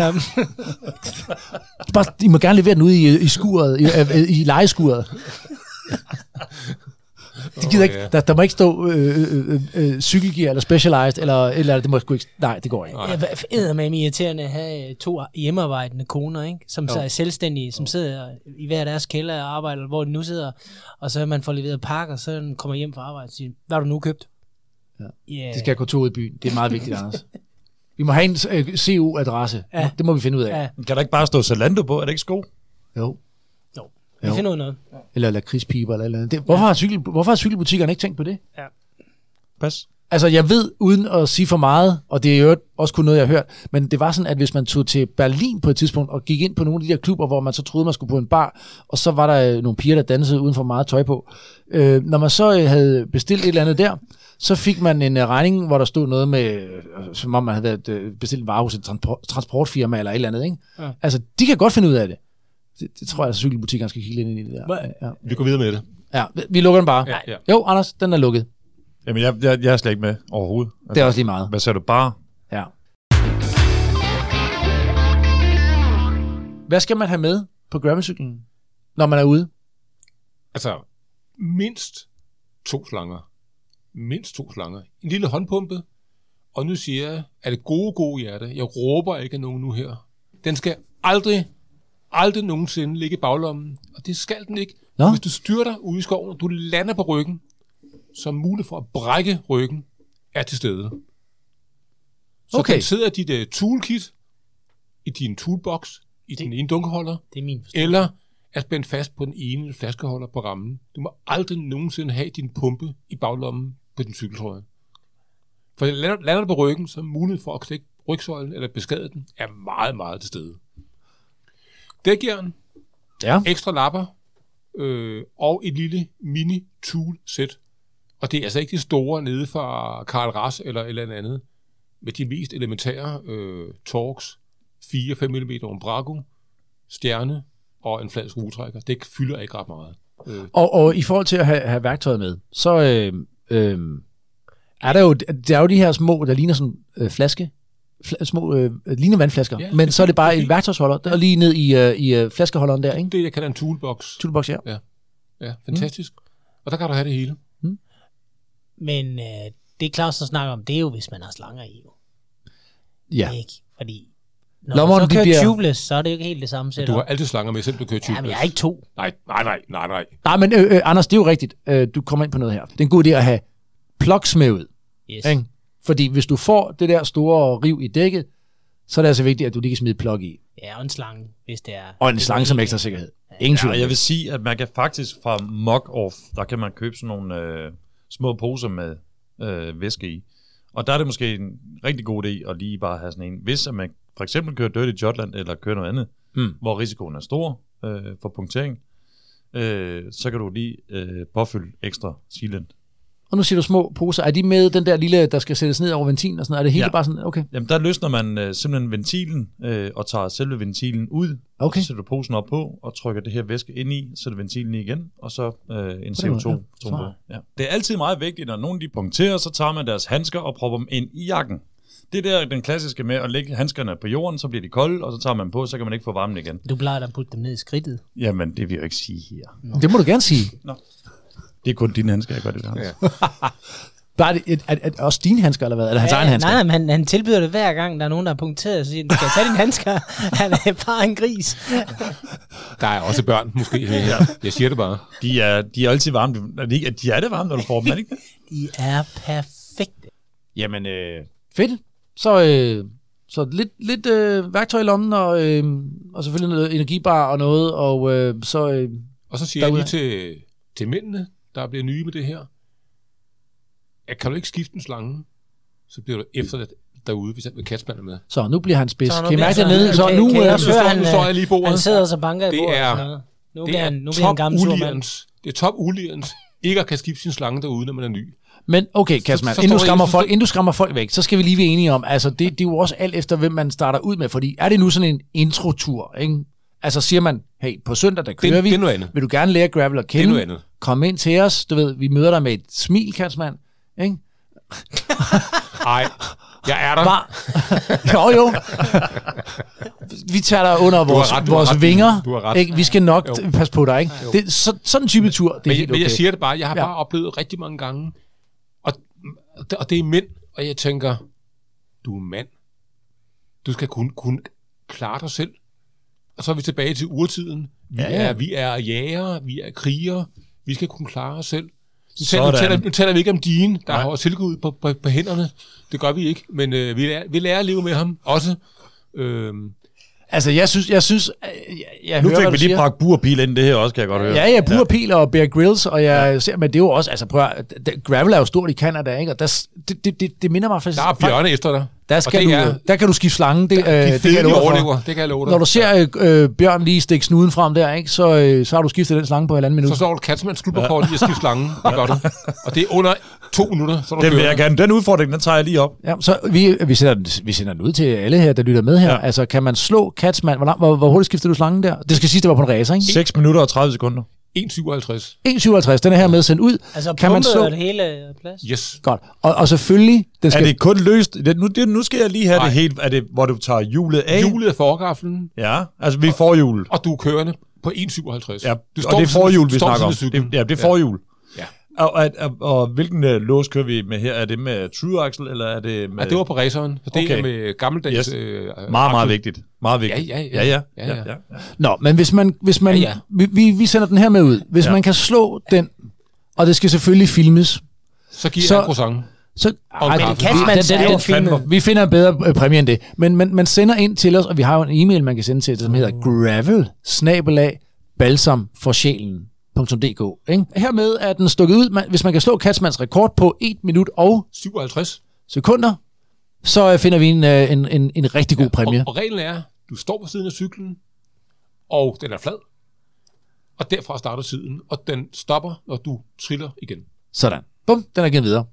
for... I må gerne levere den ude i skuret, i lejeskuret. Det gider ikke. Der må ikke stå cykelgear eller specialized, eller det må sgu ikke... Nej, det går ikke. Det er med irriterende at have 2 hjemmearbejdende koner, ikke? Som så er selvstændige, som sidder i hver deres kælder og arbejder, hvor de nu sidder, og så man får leveret pakker, så kommer hjem fra arbejde og siger, hvad har du nu købt? Ja. Yeah. Det skal gå to ud i byen. Det er meget vigtigt, Anders. Vi må have en CU-adresse. Ja. Det må vi finde ud af. Ja. Kan der ikke bare stå Zalando på? Er det ikke sko? Jo. Vi finder ud af noget. Eller lakridspiber eller andet. Hvorfor har cykelbutikkerne ikke tænkt på det? Ja. Pas. Altså, jeg ved, uden at sige for meget, og det er jo også kun noget, jeg har hørt, men det var sådan, at hvis man tog til Berlin på et tidspunkt, og gik ind på nogle af de der klubber, hvor man så troede, man skulle på en bar, og så var der nogle piger, der dansede uden for meget tøj på. Når man så havde bestilt et eller andet der, så fik man en regning, hvor der stod noget med, som om man havde bestilt en vare hos et transportfirma eller et eller andet, ikke? Ja. Altså, de kan godt finde ud af det. Det tror jeg, at cykelbutikkerne skal kigge ind i det der. Ja. Vi går videre med det. Ja, vi lukker den bare. Ja. Jo, Anders, den er lukket. Jamen, jeg er slet ikke med overhovedet. Altså, det er også lige meget. Hvad sagde du bare? Ja. Hvad skal man have med på gravelcyklen, når man er ude? Altså, mindst 2 slanger. En lille håndpumpe. Og nu siger jeg, at det gode hjerte, jeg råber ikke af nogen nu her. Den skal aldrig nogensinde ligge i baglommen. Og det skal den ikke. Nå? Hvis du styrter ude i skoven, og du lander på ryggen, så mulighed for at brække ryggen er til stede. Så den sidder dit toolkit i din toolbox, i din ene dunkeholder, det er min forståelse. Eller er spændt fast på den ene flaskeholder på rammen. Du må aldrig nogensinde have din pumpe i baglommen på din cykeltrøje. For lander du på ryggen, så er mulighed for at knække rygsøjlen eller beskade den, er meget, meget til stede. Dækjern, ekstra lapper og et lille mini-tool-sæt. Og det er altså ikke de store nede fra Karl Ras eller andet, med de mest elementære Torx, 4-5 mm Umbraco, stjerne og en flad skruetrækker. Det fylder ikke ret meget. Og i forhold til at have værktøjet med, så er der jo de her små, der ligner sådan flaske, små ligner vandflasker, ja, men så er det bare en værktøjsholder, der er lige ned i flaskeholderen der, ikke? Det jeg kalder en toolbox. Toolbox, ja. Ja, fantastisk. Og der kan du have det hele. Men det Claus så snakker om, det er jo, hvis man har slanger i. Jo. Ja. Ikke? Fordi når man så kører tubeless, så er det jo ikke helt det samme setup. Du har altid slanger med, selvom du kører tubeless. Ja, men jeg er ikke 2. Nej. Nej, men Anders, det er jo rigtigt. Du kommer ind på noget her. Det er en god idé at have plugs med ud. Yes. Ikke? Fordi hvis du får det der store riv i dækket, så er det altså vigtigt, at du lige kan smide plug i. Ja, og en slange, hvis det er... Og en slange som ekstra sikkerhed. Ingen tvivl. Ja, jeg vil sige, at man kan faktisk fra Mock-Off, der kan man købe sådan nogle små poser med væske i. Og der er det måske en rigtig god idé at lige bare have sådan en. Hvis at man for eksempel kører Dirty Jutland eller kører noget andet, hvor risikoen er stor for punktering, så kan du lige påfylde ekstra sealant. Og nu siger du små poser. Er de med den der lille, der skal sættes ned over ventilen og sådan noget? Er det hele bare sådan, okay? Jamen, der løsner man simpelthen ventilen og tager selve ventilen ud. Okay. Så sætter du posen op på og trykker det her væske ind i, sætter ventilen i igen, og så en CO2-trumpe. Ja. Det er altid meget vigtigt, når nogen de punkterer, så tager man deres handsker og propper dem ind i jakken. Det der den klassiske med at lægge handskerne på jorden, så bliver de kolde, og så tager man på, så kan man ikke få varmen igen. Du plejer at putte dem ned i skridtet. Jamen, det vil jeg ikke sige her. Nå. Det må du gerne sige. Nå. Det er kun dine handsker, jeg gør det der. Ja. Bare er også dine handsker, eller hvad? Eller hans egen handsker? Nej, men han tilbyder det hver gang, der er nogen, der er punkteret, og siger, du skal tage dine handsker. Han er bare en gris. Der er også børn, måske. Ja. Jeg siger det bare. De er altid varme. De er det varme, når du får dem, er det ikke? De er perfekte. Jamen, fedt. Så lidt værktøj i lommen, og selvfølgelig noget energibar og noget, og så... Og så siger jeg lige til mændene, der bliver nye med det her, at kan du ikke skifte en slange, så bliver du efterladt derude, hvis han vil catchmand med. Så nu bliver han spids. Kan I mærke dernede? Så nu står jeg lige i bordet. Han sidder så banker i bordet. Nu bliver han gammel surmand. Det er top uligens ikke at kan skifte sin slange derude, når man er ny. Men okay, Kasman, inden du skræmmer folk væk, så skal vi lige være enige om, altså det er jo også alt efter, hvem man starter ud med, fordi er det nu sådan en introtur, ikke? Altså siger man, hey, på søndag, der kører vi, vil du gerne lære gravel at kende, kom ind til os, du ved, vi møder dig med et smil, Kasman, ikke? Nej, jeg er der. Jo. Vi tager dig under vores vinger, ikke? Vi skal nok passe på dig, ikke? Det, sådan en type tur, det er helt okay. Men jeg siger det bare, jeg har bare oplevet rigtig mange gange, og det er mænd, og jeg tænker, du er mand. Du skal kunne klare dig selv. Og så er vi tilbage til urtiden. Vi er jægere, vi er krigere, vi skal kunne klare os selv. Nu taler vi ikke om dine, der har silkeud på hænderne. Det gør vi ikke, men vi lærer at leve med ham også. Altså, jeg synes nu fik vi lige bragt Burpil ind det her også, kan jeg godt høre. Ja, Burpil og Bear Grylls, og jeg ser, men det er jo også, altså prøv at, gravel er jo stort i Canada, ikke? Og det minder mig faktisk. Der er bjørne efter dig. Der kan du skifte slangen. Det kan jeg love dig. Når du ser Bjørn lige stikke snuden frem der, ikke, så har du skiftet den slange på 1,5 minut. Så står du Katzmanns klubberkort i at skifte slangen. Det gør du. Og det er under 2 minutter. Så det vil jeg gerne. Den udfordring, den tager jeg lige op. Ja, så vi sender den ud til alle her, der lytter med her. Ja. Altså, kan man slå Katzmann? Hvor hurtigt skifter du slangen der? Det skal siges, det var på en racer, ikke? 6 minutter og 30 sekunder. 1,57. Den er her med sendt ud. Altså kan man slå det hele plads? Yes. Godt. Og selvfølgelig... Er det kun løst? Nu skal jeg lige have det helt... Er det, hvor du tager hjulet af? Hjulet er forgaflen. Ja, altså vi er forhjulet. Og du er kørende på 1,57. Ja, og det er forhjul, vi snakker om. Det er forhjul. Ja. Og hvilken lås kører vi med her? Er det med true axle, eller er det med... Ja, det var på raceren. Så det er med gammeldags... Yes. Meget vigtigt. Meget vigtigt. Ja. Nå, men hvis man vi sender den her med ud. Hvis man kan slå den, og det skal selvfølgelig filmes, så giver jeg en croissant. Vi finder en bedre præmie end det. Men man sender ind til os, og vi har jo en e-mail, man kan sende til, som hedder gravel@balsamforsjælen.dk. Hermed er den stukket ud. Hvis man kan slå Katzmanns rekord på 1 minut og 57 sekunder, så finder vi en rigtig god præmie. Og reglen er, du står på siden af cyklen, og den er flad, og derfra starter siden, og den stopper, når du triller igen. Sådan. Bum, den er givet videre.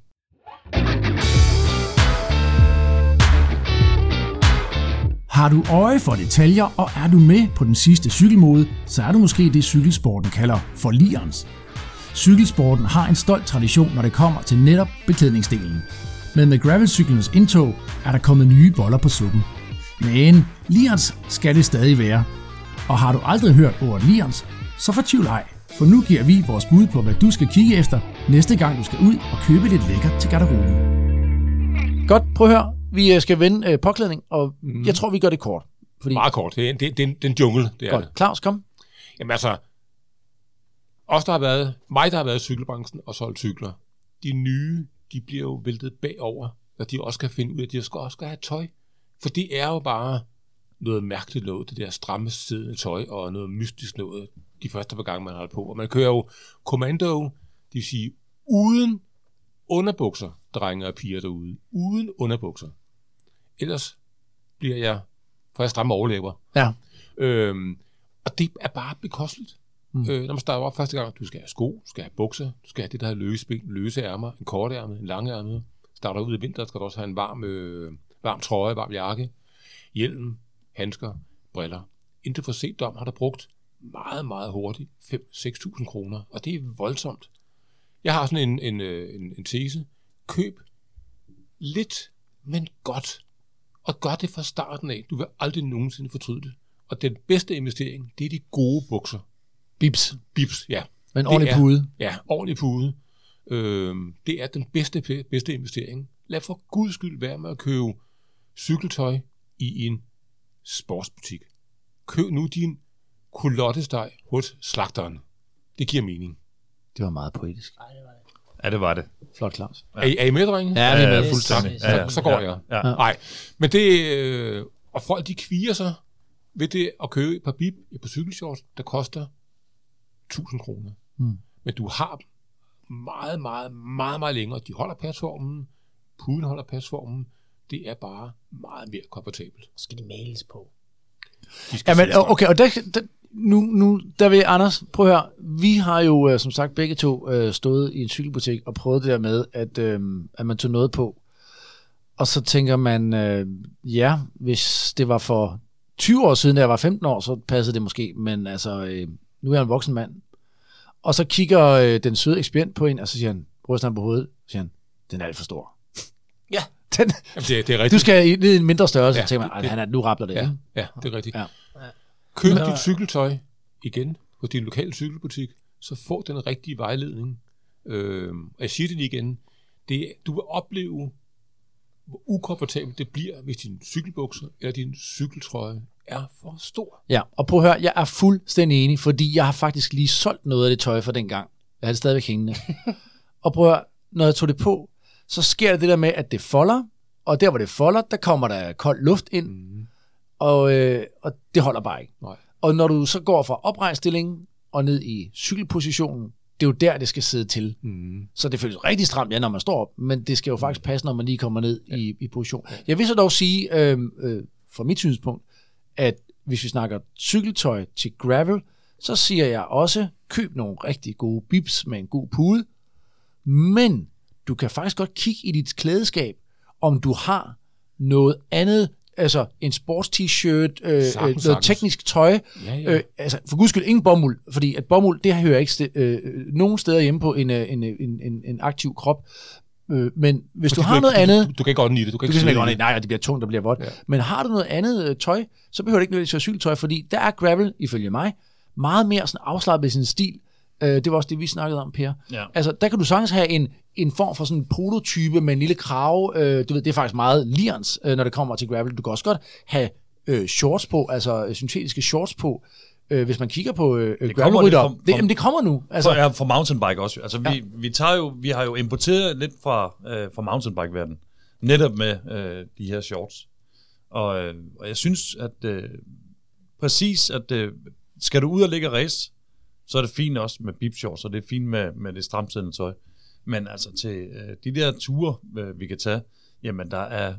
Har du øje for detaljer, og er du med på den sidste cykelmode, så er du måske det, cykelsporten kalder forligerens. Cykelsporten har en stolt tradition, når det kommer til netop beklædningsdelen. Men med gravelcyklernes indtog er der kommet nye boller på suppen. Men lians skal det stadig være. Og har du aldrig hørt ordet lians, så fortvivl ej, for nu giver vi vores bud på, hvad du skal kigge efter, næste gang du skal ud og købe lidt lækkert til garderoben. Godt, prøv at høre. Vi skal vende påklædning, og jeg tror, vi gør det kort. Fordi... Meget kort. Det er en jungle. Det er godt. Det. Claus, kom. Jamen altså, der har været i cykelbranchen og solgt cykler. De nye, de bliver jo væltet bagover, og de også kan finde ud af, at de også skal have tøj. For det er jo bare noget mærkeligt noget, det der stramme siddende tøj, og noget mystisk noget, de første par gange, man har det på. Og man kører jo kommando, det vil sige uden underbukser, drenge og piger derude. Uden underbukser. Ellers får jeg stramme overlæber. Ja. Og det er bare bekosteligt. Når man starter op første gang, du skal have sko, du skal have bukser, du skal have det, der hedder løse ærmer, en kort ærme, en lang ærme. Starter ud i vinter, skal du også have en varm trøje, varm jakke, hjelm, handsker, briller. Intet for set dom har der brugt meget, meget hurtigt 5-6.000 kroner, og det er voldsomt. Jeg har sådan en tese. Køb lidt, men godt Og gør det fra starten af. Du vil aldrig nogensinde fortryde det. Og den bedste investering, det er de gode bukser. Bibs. Bibs, ja. Men ordentlig pude. Ja, ordentlig pude. Det er den bedste investering. Lad for guds skyld være med at købe cykeltøj i en sportsbutik. Køb nu din kulottesteg hos slagteren. Det giver mening. Det var meget poetisk. Ja, det var det. Flot, Claus. Ja. Er I med, drenge? Ja, vi er med fuldstændig. Så går jeg. Ja. Nej, men det... og folk, de kvier sig ved det at købe et par bib på cykelshorts, der koster 1.000 kroner. Men du har dem meget, meget, meget, meget længere. De holder pasformen. Puden holder pasformen. Det er bare meget mere komfortabelt. Så skal de males på. Ja, men okay, og der vil Anders, prøv at høre, vi har jo som sagt begge to stået i en cykelbutik og prøvet det der med, at man tog noget på, og så tænker man, ja, hvis det var for 20 år siden, da jeg var 15 år, så passede det måske, men altså, nu er jeg en voksen mand, og så kigger den søde ekspedient på en, og så siger han, ryster han på hovedet, så siger han, den er alt for stor. Ja. Den, jamen, det er rigtigt. du skal ned i en mindre størrelse, ja, så tænker man, nu rappler det. Ja, ja, det er rigtigt. Ja. Køb dit cykeltøj igen hos din lokale cykelbutik, så få den rigtige vejledning. Og jeg siger det lige igen, du vil opleve, hvor ukomfortabelt det bliver, hvis din cykelbukser eller din cykeltrøje er for stor. Ja, og prøv at høre, jeg er fuldstændig enig, fordi jeg har faktisk lige solgt noget af det tøj fra dengang. Jeg havde det stadigvæk hængende. Og prøv at høre, når jeg tog det på, så sker det der med, at det folder, og der hvor det folder, der kommer der kold luft ind, og det holder bare ikke. Nej. Og når du så går fra oprejsstillingen og ned i cykelpositionen, det er jo der, det skal sidde til. Så det føles rigtig stramt, ja, når man står op, men det skal jo faktisk passe, når man lige kommer ned i position. Jeg vil så dog sige, fra mit synspunkt, at hvis vi snakker cykeltøj til gravel, så siger jeg også, køb nogle rigtig gode bibs med en god pude, men du kan faktisk godt kigge i dit klædeskab, om du har noget andet, altså en sports-t-shirt, noget teknisk tøj. Ja. Altså for guds skyld ingen bomuld, fordi at bomuld, det hører ikke nogen steder hjemme på en aktiv krop. Men hvis du har noget andet... Du kan ikke godt lide det. Du kan ikke godt lide det. Nej, det bliver tungt, der bliver vådt. Ja. Men har du noget andet tøj, så behøver det ikke nødvendigvis være cykeltøj, fordi der er gravel, ifølge mig, meget mere sådan afslappet i sin stil. Det var også det, vi snakkede om, Per. Ja. Altså, der kan du sagtens have en form for sådan en prototype med en lille krave. Du ved, det er faktisk meget lirens, når det kommer til gravel. Du kan også godt have shorts på, altså syntetiske shorts på. Hvis man kigger på gravelrytter, det kommer nu. Altså. For mountainbike også. Altså, vi har jo importeret lidt fra mountainbike-verdenen. Netop med de her shorts. Og jeg synes, at præcis, at skal du ud og ligge og race, så er det fint også med bib shorts, og det er fint med det stramtsiddende tøj. Men altså til de der ture, vi kan tage, jamen der er,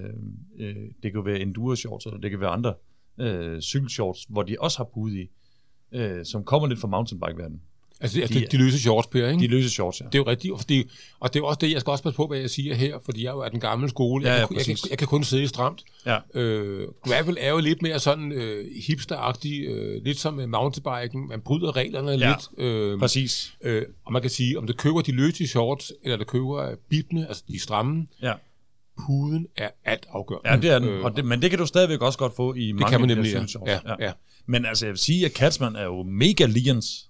det kan være enduro shorts, eller det kan være andre cykelshorts, hvor de også har pude i, som kommer lidt fra mountainbike-verdenen. Altså de løse shorts, Per, ikke? De løse shorts, ja. Det er jo rigtigt, og det er også det, jeg skal også passe på, hvad jeg siger her, fordi jeg er jo af den gamle skole. Jeg kan kun sidde stramt. Ja. Gravel er jo lidt mere sådan hipsteragtig, lidt som mountainbiken. Man bryder reglerne lidt. Præcis. Og man kan sige, om du køber de løse shorts, eller du køber bibne, altså de stramme, puden er alt afgørende. Ja, det er den. Men det kan du stadigvæk også godt få i mange af de shorts. Ja. Men altså, jeg vil sige, at Katzmann er jo mega ligens,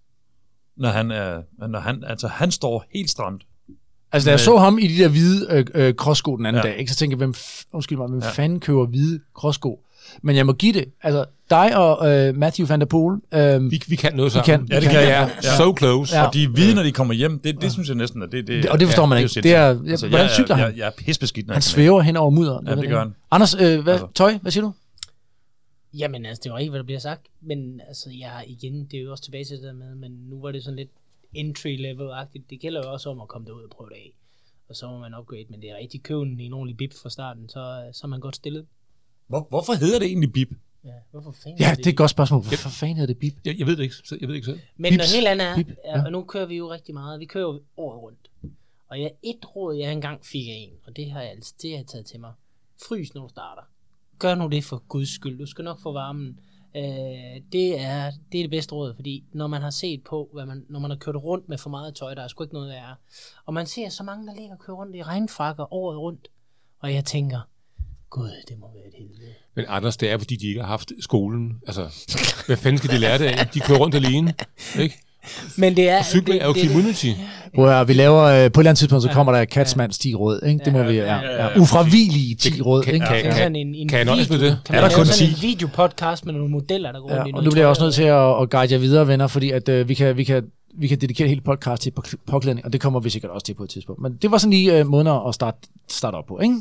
når han står helt stramt. Altså, da jeg så ham i de der hvide crosssko den anden dag, ikke, så tænkte jeg, hvem fanden køber hvide crosssko? Men jeg må give det. Altså, dig og Matthew van der Poel... vi kan noget sammen. Det kan jeg. So close. Ja. Og de er hvide, når de kommer hjem. Det synes jeg næsten, at det og det forstår man ikke. Det er, hvordan cykler han? Jeg er pisbeskidt. Han svæver hen over mudderen. Ja, det gør han. Anders, tøj, hvad siger du? Jamen, altså, det var ikke, hvad der bliver sagt. Men altså, det er jo også tilbage til det der med, men nu var det sådan lidt entry-level-agtigt. Det gælder jo også om at komme derud og prøve det af. Og så må man upgrade, men det er rigtig køben i en ordentlig bip fra starten, så er man godt stillet. Hvorfor hedder det egentlig bip? Ja, hvorfor fanden det er et godt spørgsmål. Hvorfor fanden hedder det bip? Jeg ved det ikke. Selv. Men noget helt andet er, og nu kører vi jo rigtig meget. Vi kører jo året rundt. Og et råd, jeg engang fik af en, og det har jeg taget til mig. Frys, når du starter. Gør nu det for guds skyld. Du skal nok få varmen. Det er det bedste råd, fordi når man har set på, når man har kørt rundt med for meget tøj, der er sgu ikke noget, der er. Og man ser så mange, der ligger og kører rundt i regnfrakker året rundt. Og jeg tænker, Gud, det må være et helvede. Men Anders, det er, fordi de ikke har haft skolen. Altså, hvad fanden skal de lære det af? De kører rundt alene, ikke? Men det er... Og cykling er jo community. Vi laver, på et eller andet tidspunkt, så kommer der Katzmanns 10 råd, ikke? Det må vi, ufravigelige 10 råd, ikke? Kan jeg nøjes med det? Kan man lave sådan en videopodcast med nogle modeller, der går rundt i noget? Og nu bliver jeg også nødt til at guide jer videre, venner, fordi at vi kan dedikere hele podcast til påklædning, og det kommer vi sikkert også til på et tidspunkt. Men det var sådan lige måneder at starte op på, ikke?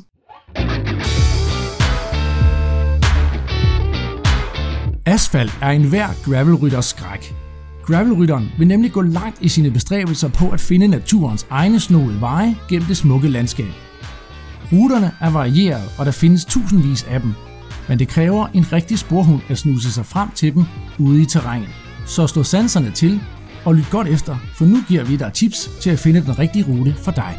Asfalt er enhver gravelrytters skræk. Gravelrytteren vil nemlig gå langt i sine bestræbelser på at finde naturens egne snoede veje gennem det smukke landskab. Ruterne er varieret, og der findes tusindvis af dem, men det kræver en rigtig sporhund at snuse sig frem til dem ude i terrænet. Så slå sanserne til og lyt godt efter, for nu giver vi dig tips til at finde den rigtige rute for dig.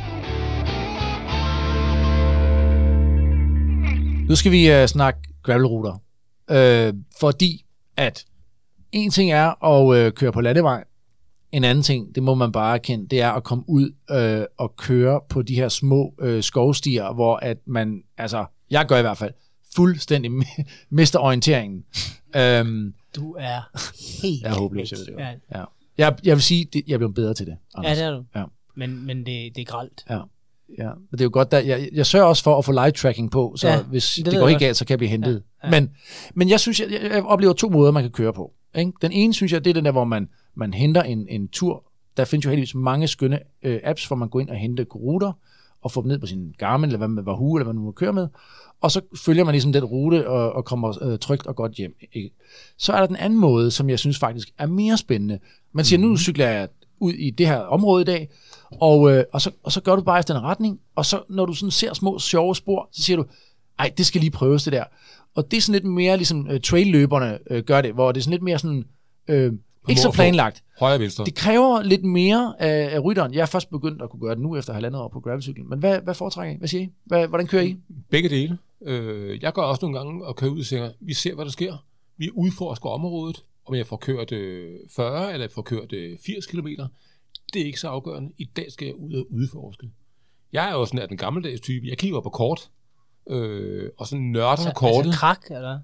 Nu skal vi snakke gravelruter, fordi at en ting er at køre på landevej, en anden ting, det må man bare erkende, det er at komme ud og køre på de her små skovstier, hvor at man, altså jeg gør i hvert fald, fuldstændig mister orienteringen. Du er helt... Jeg er håbløs, jeg ved det godt. Ja. Jeg vil sige, jeg er blevet bedre til det, Anders. Ja, det er du. Ja. Men det er grelt. Ja. Ja, men det er jo godt, jeg sørger også for at få live tracking på, så hvis det går ikke galt, så kan jeg blive hentet. Ja. Men jeg synes, jeg oplever 2 måder, man kan køre på. Ikke? Den ene, synes jeg, det er den der, hvor man henter en tur. Der findes jo heldigvis mange skønne apps, hvor man går ind og henter ruter, og får dem ned på sin Garmin, eller hvad med Wahoo, eller hvad man må køre med. Og så følger man ligesom den rute, og kommer trygt og godt hjem. Ikke? Så er der den anden måde, som jeg synes faktisk er mere spændende. Man siger, nu cykler jeg ud i det her område i dag, og så gør du bare efter en retning, og så når du sådan ser små sjove spor, så siger du, ej, det skal lige prøves det der. Og det er sådan lidt mere ligesom trail-løberne gør det, hvor det er sådan lidt mere sådan, ikke så planlagt. Højre venstre. Det kræver lidt mere af rytteren. Jeg er først begyndt at kunne gøre det nu efter 1,5 år på gravelcyklen. Men hvad foretrækker I? Hvad siger I? Hvordan kører I? Begge dele. Jeg går også nogle gange og kører ud og siger, vi ser, hvad der sker. Vi udforsker området, om jeg får kørt 40 eller jeg får kørt 80 kilometer. Det er ikke så afgørende. I dag skal jeg ud og udforske. Jeg er jo sådan den gammeldags type. Jeg kigger på kort, og så nørder kortet. Altså krak, eller?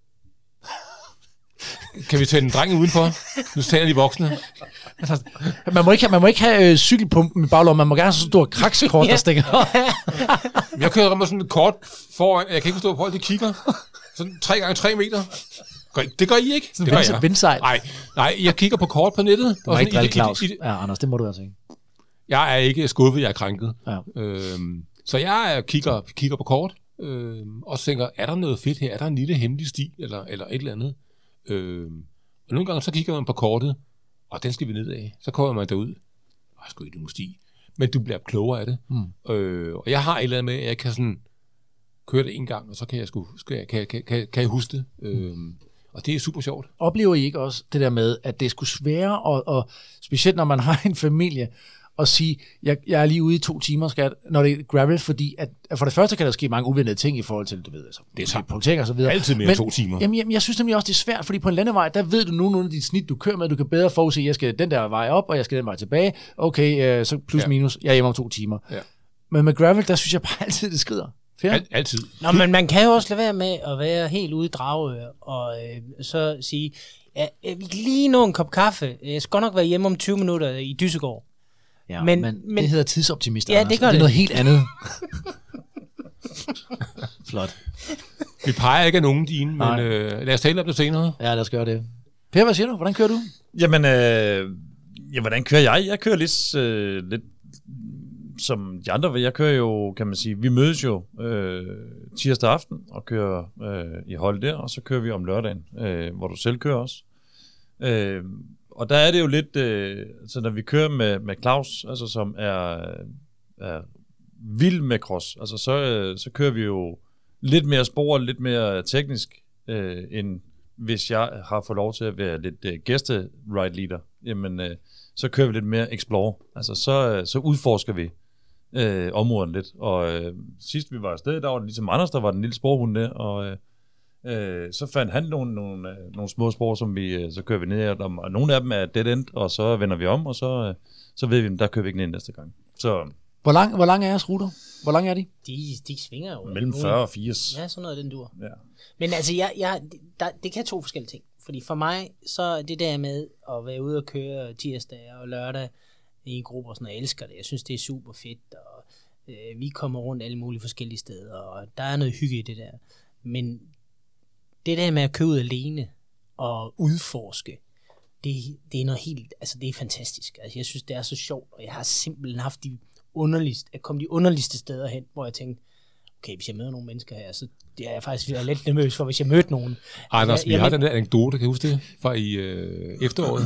Kan vi tage den dreng udenfor? Nu taler de voksne. Man må ikke have cykelpumpen i baglommen. Man må gerne have så stor krakskort, der stikker. Jeg kører med sådan et kort foran. Jeg kan ikke forstå, hvor folk de kigger. Sådan 3x3 meter. Det gør I ikke? Det gør jeg. Vindsejl. Nej, jeg kigger på kort på nettet. Du må ikke drille Claus. Ja, Anders, det må du altså ikke. Jeg er ikke skuffet, jeg er krænket. Ja. Så jeg kigger på kort, og tænker, er der noget fedt her? Er der en lille hemmelig sti, eller et eller andet? Og nogle gange så kigger man på kortet, og den skal vi ned af. Så kommer man derud. Sgu ikke nogen sti. Men du bliver klogere af det. Og jeg har et eller andet med, at jeg kan sådan køre det en gang, og så kan jeg huske det. Og det er super sjovt. Oplever I ikke også det der med, at det er sgu sværere, og specielt når man har en familie, at sige, jeg er lige ude i 2 timer, skat, når det er gravel, fordi at for det første kan der ske mange uventede ting i forhold til, du ved, altså, det er punktering og så videre. Altid mere end 2 timer. Jamen, jeg synes nemlig også, det er svært, fordi på en landevej, der ved du nogenlunde dit snit, du kører med, du kan bedre forudse, jeg skal den der vej op, og jeg skal den vej tilbage. Okay, så plus minus, jeg er hjemme om 2 timer. Ja. Men med gravel, der synes jeg bare altid, det skrider. Altid. Nå, men man kan jo også lade være med at være helt ude i Dragør, og så sige, vi kan lige nå en kop kaffe. Jeg skal nok være hjemme om 20 minutter i Dyssegård. Ja, men det hedder tidsoptimist, ja, det gør det er noget helt andet. Flot. Vi peger ikke af nogen dine, men lad os tale om det senere. Ja, lad os gøre det. Per, hvad siger du? Hvordan kører du? Jamen, hvordan kører jeg? Jeg kører lidt som de andre. Jeg kører jo, kan man sige, vi mødes jo tirsdag aften og kører i hold der, og så kører vi om lørdagen, hvor du selv kører også. Og der er det jo lidt, så når vi kører med Claus, altså som er vild med cross, altså så kører vi jo lidt mere spor, lidt mere teknisk, end hvis jeg har fået lov til at være lidt gæste-ride leader. Jamen, så kører vi lidt mere explore. Altså så udforsker vi området lidt. Og sidst vi var afsted, der var det ligesom Anders, der var den lille sporhund der, og så fandt han nogle små spor, som vi så kører vi ned af, og nogle af dem er dead end, og så vender vi om, og så ved vi, der kører vi ikke ned næste gang. Så hvor lang er jeres ruter? Hvor lange er de? De svinger jo. Mellem 40 og 80. Ja, sådan noget den dur. Ja. Men altså, det kan 2 forskellige ting. Fordi for mig, så det der med at være ude og køre tirsdag og lørdag i en gruppe og sådan noget, jeg elsker det. Jeg synes, det er super fedt, og vi kommer rundt alle mulige forskellige steder, og der er noget hygge i det der. Men det der med at køre ud alene og udforske, det er noget helt, altså det er fantastisk. Altså jeg synes, det er så sjovt, og jeg har simpelthen haft de underligste steder hen, hvor jeg tænkte, okay, hvis jeg møder nogle mennesker her, så det er jeg faktisk lidt nervøs for, hvis jeg mødte nogen. Anders, vi har den der anekdote, kan du huske det, fra i efteråret,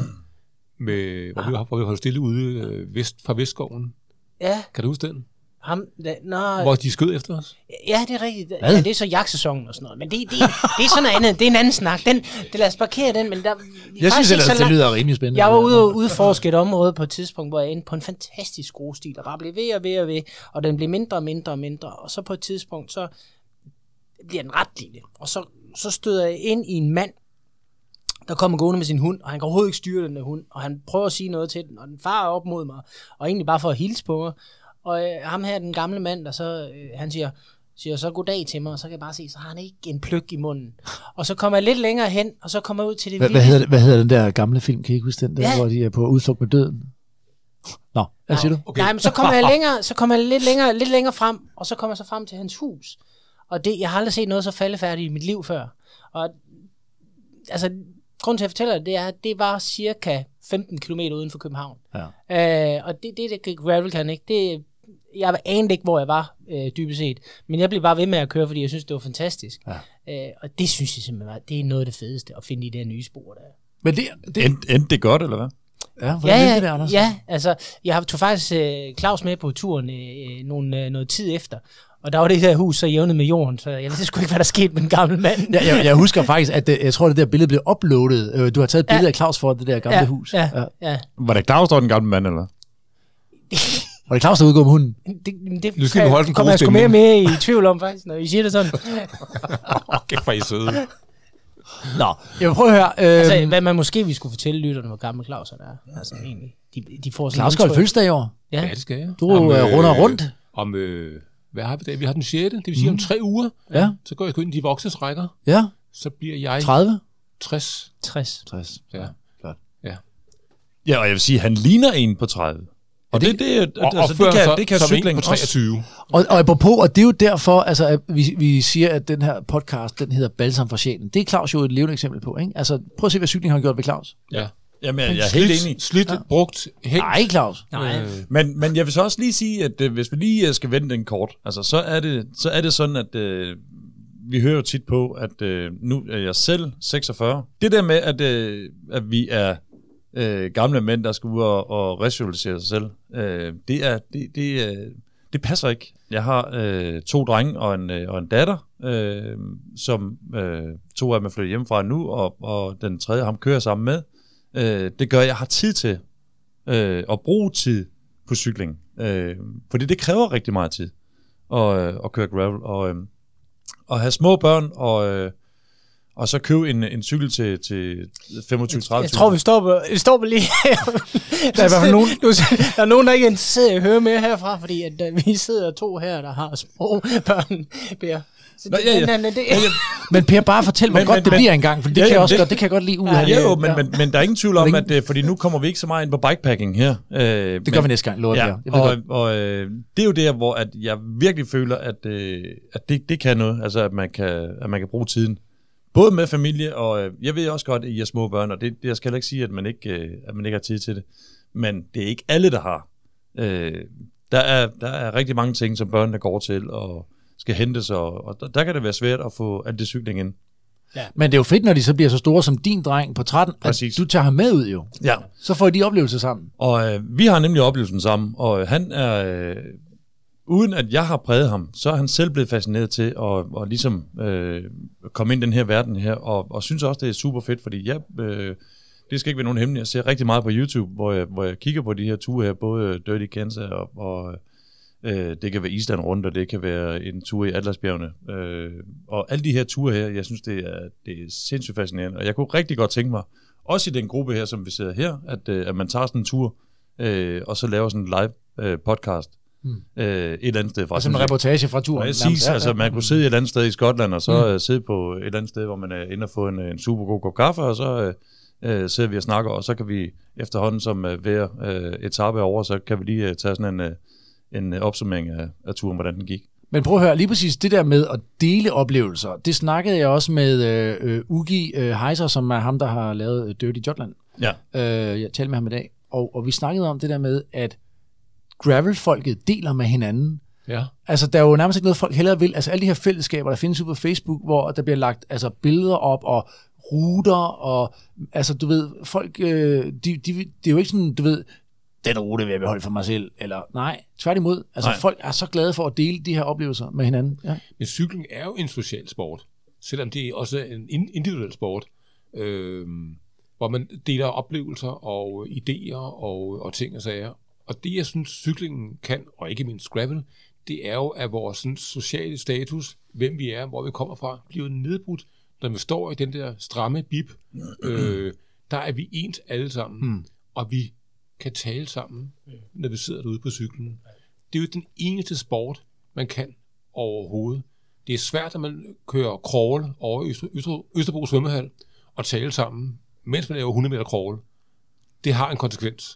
hvor vi holdt stille ude fra Vestskoven. Ja. Kan du huske den? Hvor de skød efter os? Ja, det er rigtigt. Ja, det er så jagtsæsonen og sådan noget. Men det er sådan noget andet. Det er en anden snak. Det lad os parkere den. Men jeg synes ellers, det lyder rimelig spændende. Jeg var ude og udforske et område på et tidspunkt, hvor jeg endte på en fantastisk skruestil, der bare blev ved, og den blev mindre og mindre og mindre. Og så på et tidspunkt, så bliver den ret lille. Og så støder jeg ind i en mand, der kommer gående med sin hund, og han kan overhovedet ikke styre den der hund, og han prøver at sige noget til den, og den farer op mod mig, og egentlig bare for at hilse på mig. Og ham her, den gamle mand, der så, han siger så goddag til mig, og så kan jeg bare se, så har han ikke en pløk i munden. Og så kommer jeg lidt længere hen, og så kommer jeg ud til det vilde. Hvad hedder den der gamle film? Kan I ikke huske den der, hvor de er på udflugt med døden? Nå, hvad siger du? Okay. Nej, men så kommer jeg lidt længere frem, og så kommer jeg så frem til hans hus. Og jeg har aldrig set noget så faldefærdigt i mit liv før. Og altså, grunden til at fortælle det er, at det var cirka 15 km uden for København. Ja. Og det gravel kan ikke. Jeg anede ikke, hvor jeg var, dybest set. Men jeg blev bare ved med at køre, fordi jeg synes, det var fantastisk. Ja. Og det synes jeg simpelthen var, det er noget af det fedeste, at finde i det her nye spor der. Men endte det godt, eller hvad? Ja, det, Anders? Ja, altså, jeg tog faktisk Claus med på turen noget tid efter. Og der var det her hus så jævnet med jorden, så jeg ved sgu ikke, hvad der skete med den gamle mand. Jeg husker faktisk, at jeg tror, det der billede blev uploadet. Du har taget et billede af Claus for det der gamle hus. Ja. Var det Claus, der var den gamle mand, eller? Var det Claus, der udgår med hunden? Det kommer jeg sgu mere med i tvivl om, faktisk, når I siger det sådan. Okay, for I søde. Nå, jeg vil prøve at høre. Altså, hvad man måske vi skulle fortælle lytterne, hvor gammel Claus er. Altså, egentlig. De får Claus skal holde fødselsdag i år. Ja, det skal jeg. Du runder rundt. Hvad har vi da? Vi har den 6. Det vil sige om 3 uger. Ja. Så går jeg ind i de voksnes rækker. Ja. Så bliver jeg 30. 60. 60. Ja. Klart. Ja, og jeg vil sige, at han ligner en på 30. Og det kan cykling på 23. Og apropos, og det er jo derfor, altså, at vi siger, at den her podcast, den hedder Balsam for sjælen. Det er Claus jo et levende eksempel på, ikke? Altså, prøv at se, hvad cykling har gjort ved Claus. Ja. Jamen, jeg er helt enig. Slidt, brugt, hængt. Nej, Claus. Men jeg vil så også lige sige, at hvis vi lige skal vende den kort, altså, så er det sådan, at vi hører jo tit på, at nu er jeg selv 46. Det der med, at vi er gamle mænd, der skal ud og resocialisere sig selv, det passer ikke. Jeg har 2 drenge og en datter, som 2 af dem er flyttet hjemmefra nu, og den tredje ham kører sammen med. Det gør, at jeg har tid til at bruge tid på cykling. Fordi det kræver rigtig meget tid at køre gravel. Og have små børn, og så købe en cykel til 25-30. Jeg tror, vi stopper lige her. Der er i hvert fald nogen, der ikke er interesseret i at høre mere herfra, fordi at, vi sidder 2 her, der har små børn, Per. Men Per, bare fortæl mig godt, det bliver engang, for det kan jeg også godt, det kan jeg godt lide ud af det. Men der er ingen tvivl om, at fordi nu kommer vi ikke så meget ind på bikepacking her. Det gør vi næste gang, lover jeg. Og det er jo der, hvor at jeg virkelig føler, at det kan noget, altså at man kan bruge tiden. Både med familie, og jeg ved også godt, at I er små børn, og jeg skal heller ikke sige, at man ikke har tid til det. Men det er ikke alle, der har. Der er rigtig mange ting, som børnene går til, og skal hentes, og der kan det være svært at få alt det cykling ind. Ja. Men det er jo fedt, når de så bliver så store som din dreng på 13, præcis, at du tager ham med ud jo. Ja. Så får I de oplevelser sammen. Og vi har nemlig oplevelsen sammen, og han er... uden at jeg har præget ham, så er han selv blevet fascineret til at ligesom komme ind i den her verden her, og synes også, det er super fedt, fordi det skal ikke være nogen hemmelighed. Jeg ser rigtig meget på YouTube, hvor jeg kigger på de her ture her, både Dirty Kansas og det kan være Island rundt, og det kan være en tur i Atlasbjergene. Og alle de her ture her, jeg synes, det er sindssygt fascinerende, og jeg kunne rigtig godt tænke mig, også i den gruppe her, som vi sidder her, at man tager sådan en tur, og så laver sådan en live podcast, et eller andet sted fra. Altså en reportage fra turen. Præcis, altså man kunne sidde et eller andet sted i Skotland, og så sidde på et eller andet sted, hvor man er inde og få en super god kop kaffe, og så sidder vi og snakker, og så kan vi efterhånden som hver etape over, så kan vi lige tage sådan en opsummering af turen, hvordan den gik. Men prøv at høre, lige præcis det der med at dele oplevelser, det snakkede jeg også med Ugi Heiser, som er ham, der har lavet Dirty Jutland. Ja. Jeg talte med ham i dag, og vi snakkede om det der med, at gravel-folket deler med hinanden. Ja. Altså, der er jo nærmest ikke noget, folk hellere vil. Altså, alle de her fællesskaber, der findes på Facebook, hvor der bliver lagt billeder op, og ruter, og altså, du ved, folk, det er jo ikke sådan, du ved, den rute vil jeg beholde for mig selv, eller nej, tværtimod. Altså, folk er så glade for at dele de her oplevelser med hinanden. Ja. Men cykling er jo en social sport, selvom det er også en individuel sport, hvor man deler oplevelser og idéer og ting og sager. Og det, jeg synes, cyklingen kan, og ikke mindst gravel, det er jo, at vores sådan, sociale status, hvem vi er, hvor vi kommer fra, bliver nedbrudt. Når vi står i den der stramme bib, der er vi ens alle sammen, og vi kan tale sammen, når vi sidder derude på cyklen. Det er jo den eneste sport, man kan overhovedet. Det er svært, at man kører crawl over i Østerbro svømmehal og tale sammen, mens man laver 100 meter crawl. Det har en konsekvens.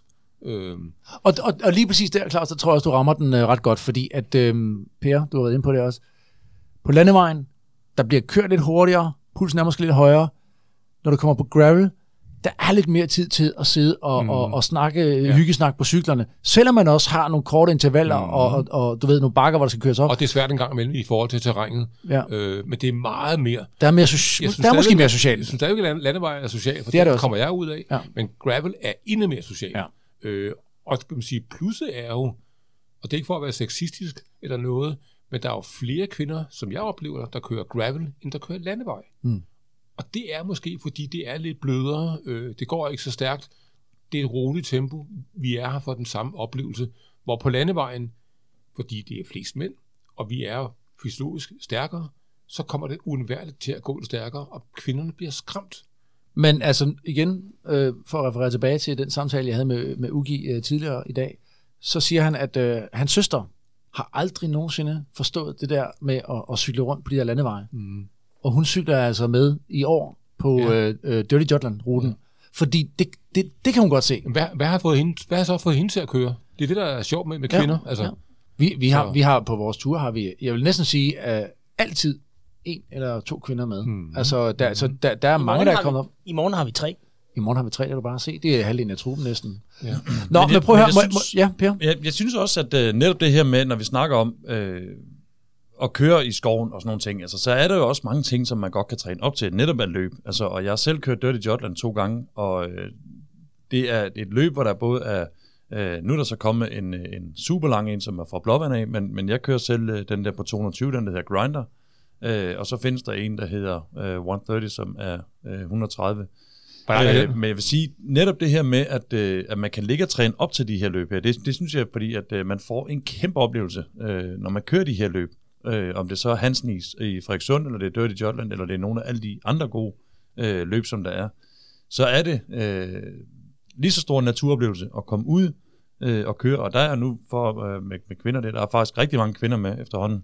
Og lige præcis der, Claus, så tror jeg også, du rammer den ret godt, fordi at, Per, du har været inde på det også, på landevejen, der bliver kørt lidt hurtigere, pulsen er måske lidt højere. Når du kommer på gravel, der er lidt mere tid til at sidde og snakke, hyggesnak på cyklerne, selvom man også har nogle korte intervaller, og du ved, nogle bakker, hvor der skal køres op. Og det er svært en gang imellem i forhold til terrænet, men det er meget mere. Der er måske mere socialt. Jeg synes stadig, at landevej er social, for det kommer jeg ud af, men gravel er endnu mere social. Ja. Og skal man sige, plusset er jo, og det er ikke for at være sexistisk eller noget, men der er jo flere kvinder, som jeg oplever, der kører gravel, end der kører landevej. Og det er måske, fordi det er lidt blødere, det går ikke så stærkt, det er et roligt tempo, vi er her for den samme oplevelse, hvor på landevejen, fordi det er flest mænd, og vi er fysiologisk stærkere, så kommer det uundværligt til at gå lidt stærkere, og kvinderne bliver skræmt. Men altså igen, for at referere tilbage til den samtale, jeg havde med Ugi tidligere i dag, så siger han, at hans søster har aldrig nogensinde forstået det der med at cykle rundt på de der landeveje. Og hun cykler altså med i år på Dirty Jutland-ruten. Fordi det kan hun godt se. Hvad har så fået hende til at køre? Det er det, der er sjovt med kvinder. Altså. Vi har på vores tur, har vi, jeg vil næsten sige, altid 1 eller 2 kvinder med. Altså, der er mange, der er kommet op. I morgen har vi 3. I morgen har vi 3, det kan du bare se. Det er halvdelen af truppen næsten. Ja. Nå, men prøv at høre. Per? Jeg synes også, at netop det her med, når vi snakker om at køre i skoven og sådan nogle ting, altså, så er der jo også mange ting, som man godt kan træne op til, netop at løb. Altså, og jeg har selv kørt Dirty Jutland 2 gange, og det er et løb, hvor der både er, nu er der så kommet en super lang en, som er fra Blåvand af, men jeg kører selv den der på 220, den der hedder Grinder, og så findes der en, der hedder 130, som er 130. Men jeg vil sige, netop det her med, at man kan ligge og træne op til de her løb her, det synes jeg, fordi at man får en kæmpe oplevelse, når man kører de her løb. Om det så er Hansnis i Frederikssund, eller det er Dirty Jutland, eller det er nogle af alle de andre gode løb, som der er, så er det lige så stor en naturoplevelse at komme ud og køre. Og der er nu med kvinder, der er faktisk rigtig mange kvinder med efterhånden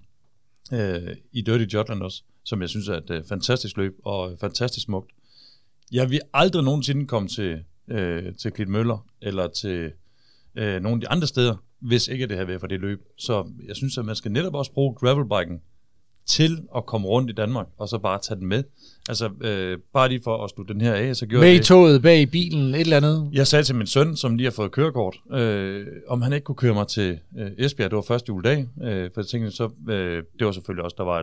i Dirty Jutland også, som jeg synes er et fantastisk løb og fantastisk smukt. Jeg vil aldrig nogensinde komme til Klitmøller eller til nogle af de andre steder, hvis ikke det har været for det løb. Så jeg synes, at man skal netop også bruge gravelbiken til at komme rundt i Danmark, og så bare tage den med. Altså, bare lige for at slutte den her af, så gjorde jeg det. Med i toget, bag i bilen, et eller andet? Jeg sagde til min søn, som lige har fået kørekort, om han ikke kunne køre mig til Esbjerg. Det var første juledag, for jeg tænkte så, det var selvfølgelig også, der var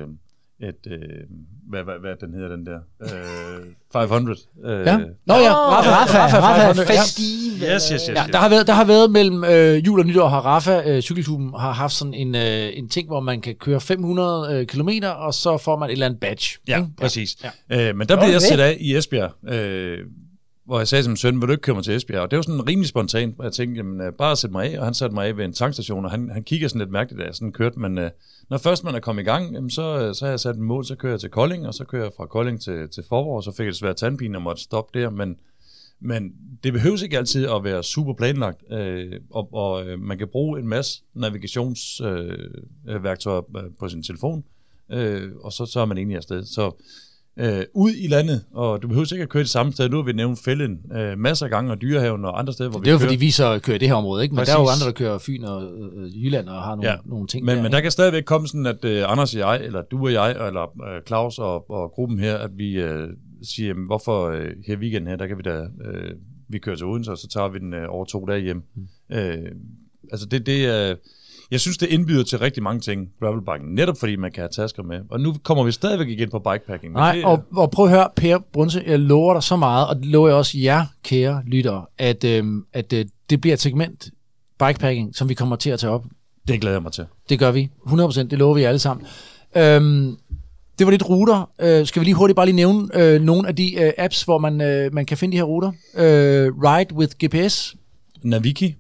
hvad den hedder, den der? 500. Ja. Nå ja, Rafa Festival. Yes. Ja, der har været mellem jul og nytår, har Rafa, cykelklubben, har haft sådan en ting, hvor man kan køre 500 kilometer, og så får man et eller andet badge. Ja, præcis. Ja. Men der blev jeg sat af i Esbjerg, hvor jeg sagde til min søn, vil du ikke køre mig til Esbjerg? Og det var sådan rimelig spontant, og jeg tænkte, jamen, bare sæt mig af, og han satte mig af ved en tankstation, og han kigger sådan lidt mærkeligt, da jeg sådan kørte, men når først man er kommet i gang, jamen, så har jeg sat en mål, så kører jeg til Kolding, og så kører jeg fra Kolding til Forborg, og så fik jeg desværre tandpine og måtte stoppe der, men Men det behøves ikke altid at være super planlagt, og man kan bruge en masse navigationsværktøjer på sin telefon, og så er man egentlig afsted. Så ud i landet, og du behøver ikke at køre det samme sted. Nu har vi nævnt Fælden masser af gange, og Dyrehaven og andre steder, hvor vi kører. Det er jo fordi, vi så kører det her område, ikke? Men præcis. Der er jo andre, der kører Fyn og Jylland og har nogle ting men der kan stadigvæk komme sådan, at Anders og jeg, eller du og jeg, eller Claus og gruppen her, at vi siger, hvorfor her weekenden her, der kan vi da, vi kører til Odense, og så tager vi den over 2 dage hjem. Altså det jeg synes, det indbyder til rigtig mange ting, gravelbiking, netop fordi man kan have tasker med. Og nu kommer vi stadigvæk igen på bikepacking. Nej, og prøv at høre, Per Brunse, jeg lover dig så meget, og det lover jeg også jer, kære lyttere, at det bliver et segment bikepacking, som vi kommer til at tage op. Det glæder jeg mig til. Det gør vi, 100%, det lover vi alle sammen. Det var lidt ruter. Skal vi lige hurtigt bare lige nævne nogle af de apps, hvor man kan finde de her ruter? Ride with GPS. Naviki.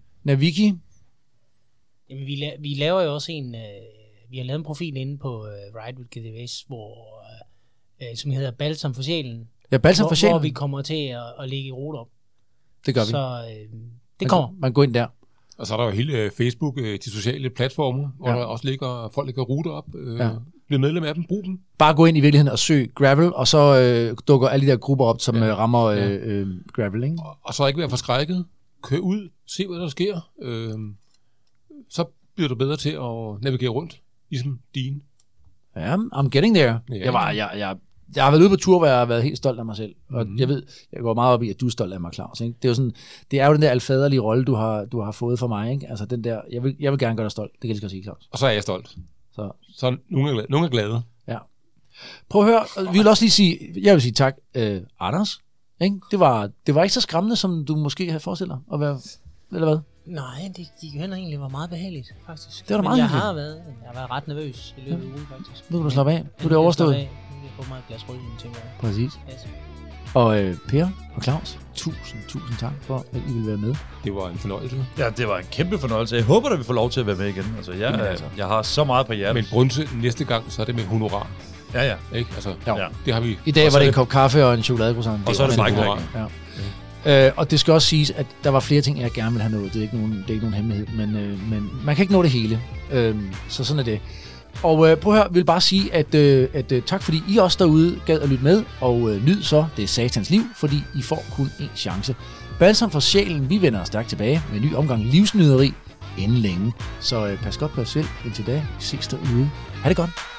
Jamen, vi laver jo også vi har lavet en profil inde på Ride with GPS, som hedder Balsam for sjælen. Ja, Balsam for sjælen. Hvor vi kommer til at lægge ruter op. Det gør vi. Så det kommer. Man går ind der. Og så er der jo hele Facebook, de sociale platforme, hvor der også folk lægger ruter op. Bliv medlem af dem, brug dem. Bare gå ind i virkeligheden og søg gravel, og så dukker alle de der grupper op, som rammer gravel, ikke? Og så ikke være forskrækket. Kør ud, se hvad der sker. Så bliver du bedre til at navigere rundt, ligesom din. Ja, I'm getting there. Ja. Jeg har været ude på tur, hvor jeg har været helt stolt af mig selv. Og jeg ved, jeg går meget op i, at du er stolt af mig, Claus. Ikke? Det er jo sådan, det er jo den der alfaderlige rolle, du har fået for mig. Ikke? Altså den der, jeg vil gerne gøre dig stolt. Det kan jeg lige sige, Claus. Og så er jeg stolt. Så nogle er glade. Ja. Prøv at høre, vi vil også lige sige, jeg vil sige tak, Anders. Ikke? Det var ikke så skræmmende, som du måske havde forestillet dig at være, eller hvad? Nej, det gik jo egentlig var meget behageligt, faktisk. Det var da meget hyggeligt. Jeg har været ret nervøs i løbet af ugen, faktisk. Nu kan du slappe af. Nu er det overstået. Nu kan jeg få mig et glas rødvin, tænker jeg. Præcis. Yes. Og Per og Claus, tusind tak for, at I ville være med. Det var en fornøjelse. Ja, det var en kæmpe fornøjelse. Jeg håber, at vi får lov til at være med igen. Altså, jeg har så meget på hjertet. Men Brunse, næste gang, så er det med honorar. Ja. Ikke? Altså, ja. Det har vi. I dag var det en kop kaffe og en chokoladecroissant. Og så er det bikepacking. Ja. Og det skal også siges, at der var flere ting, jeg gerne ville have nået. Det er ikke nogen hemmelighed, men man kan ikke nå det hele. Så sådan er det. Og prøv at høre, vi vil bare sige, at tak fordi I også derude gad at lytte med, og nyd så det satans liv, fordi I får kun én chance. Balsam for sjælen, vi vender stærkt tilbage med en ny omgang livsnyderi inden længe. Så pas godt på jer selv indtil da. Vi ses derude. Ha' det godt.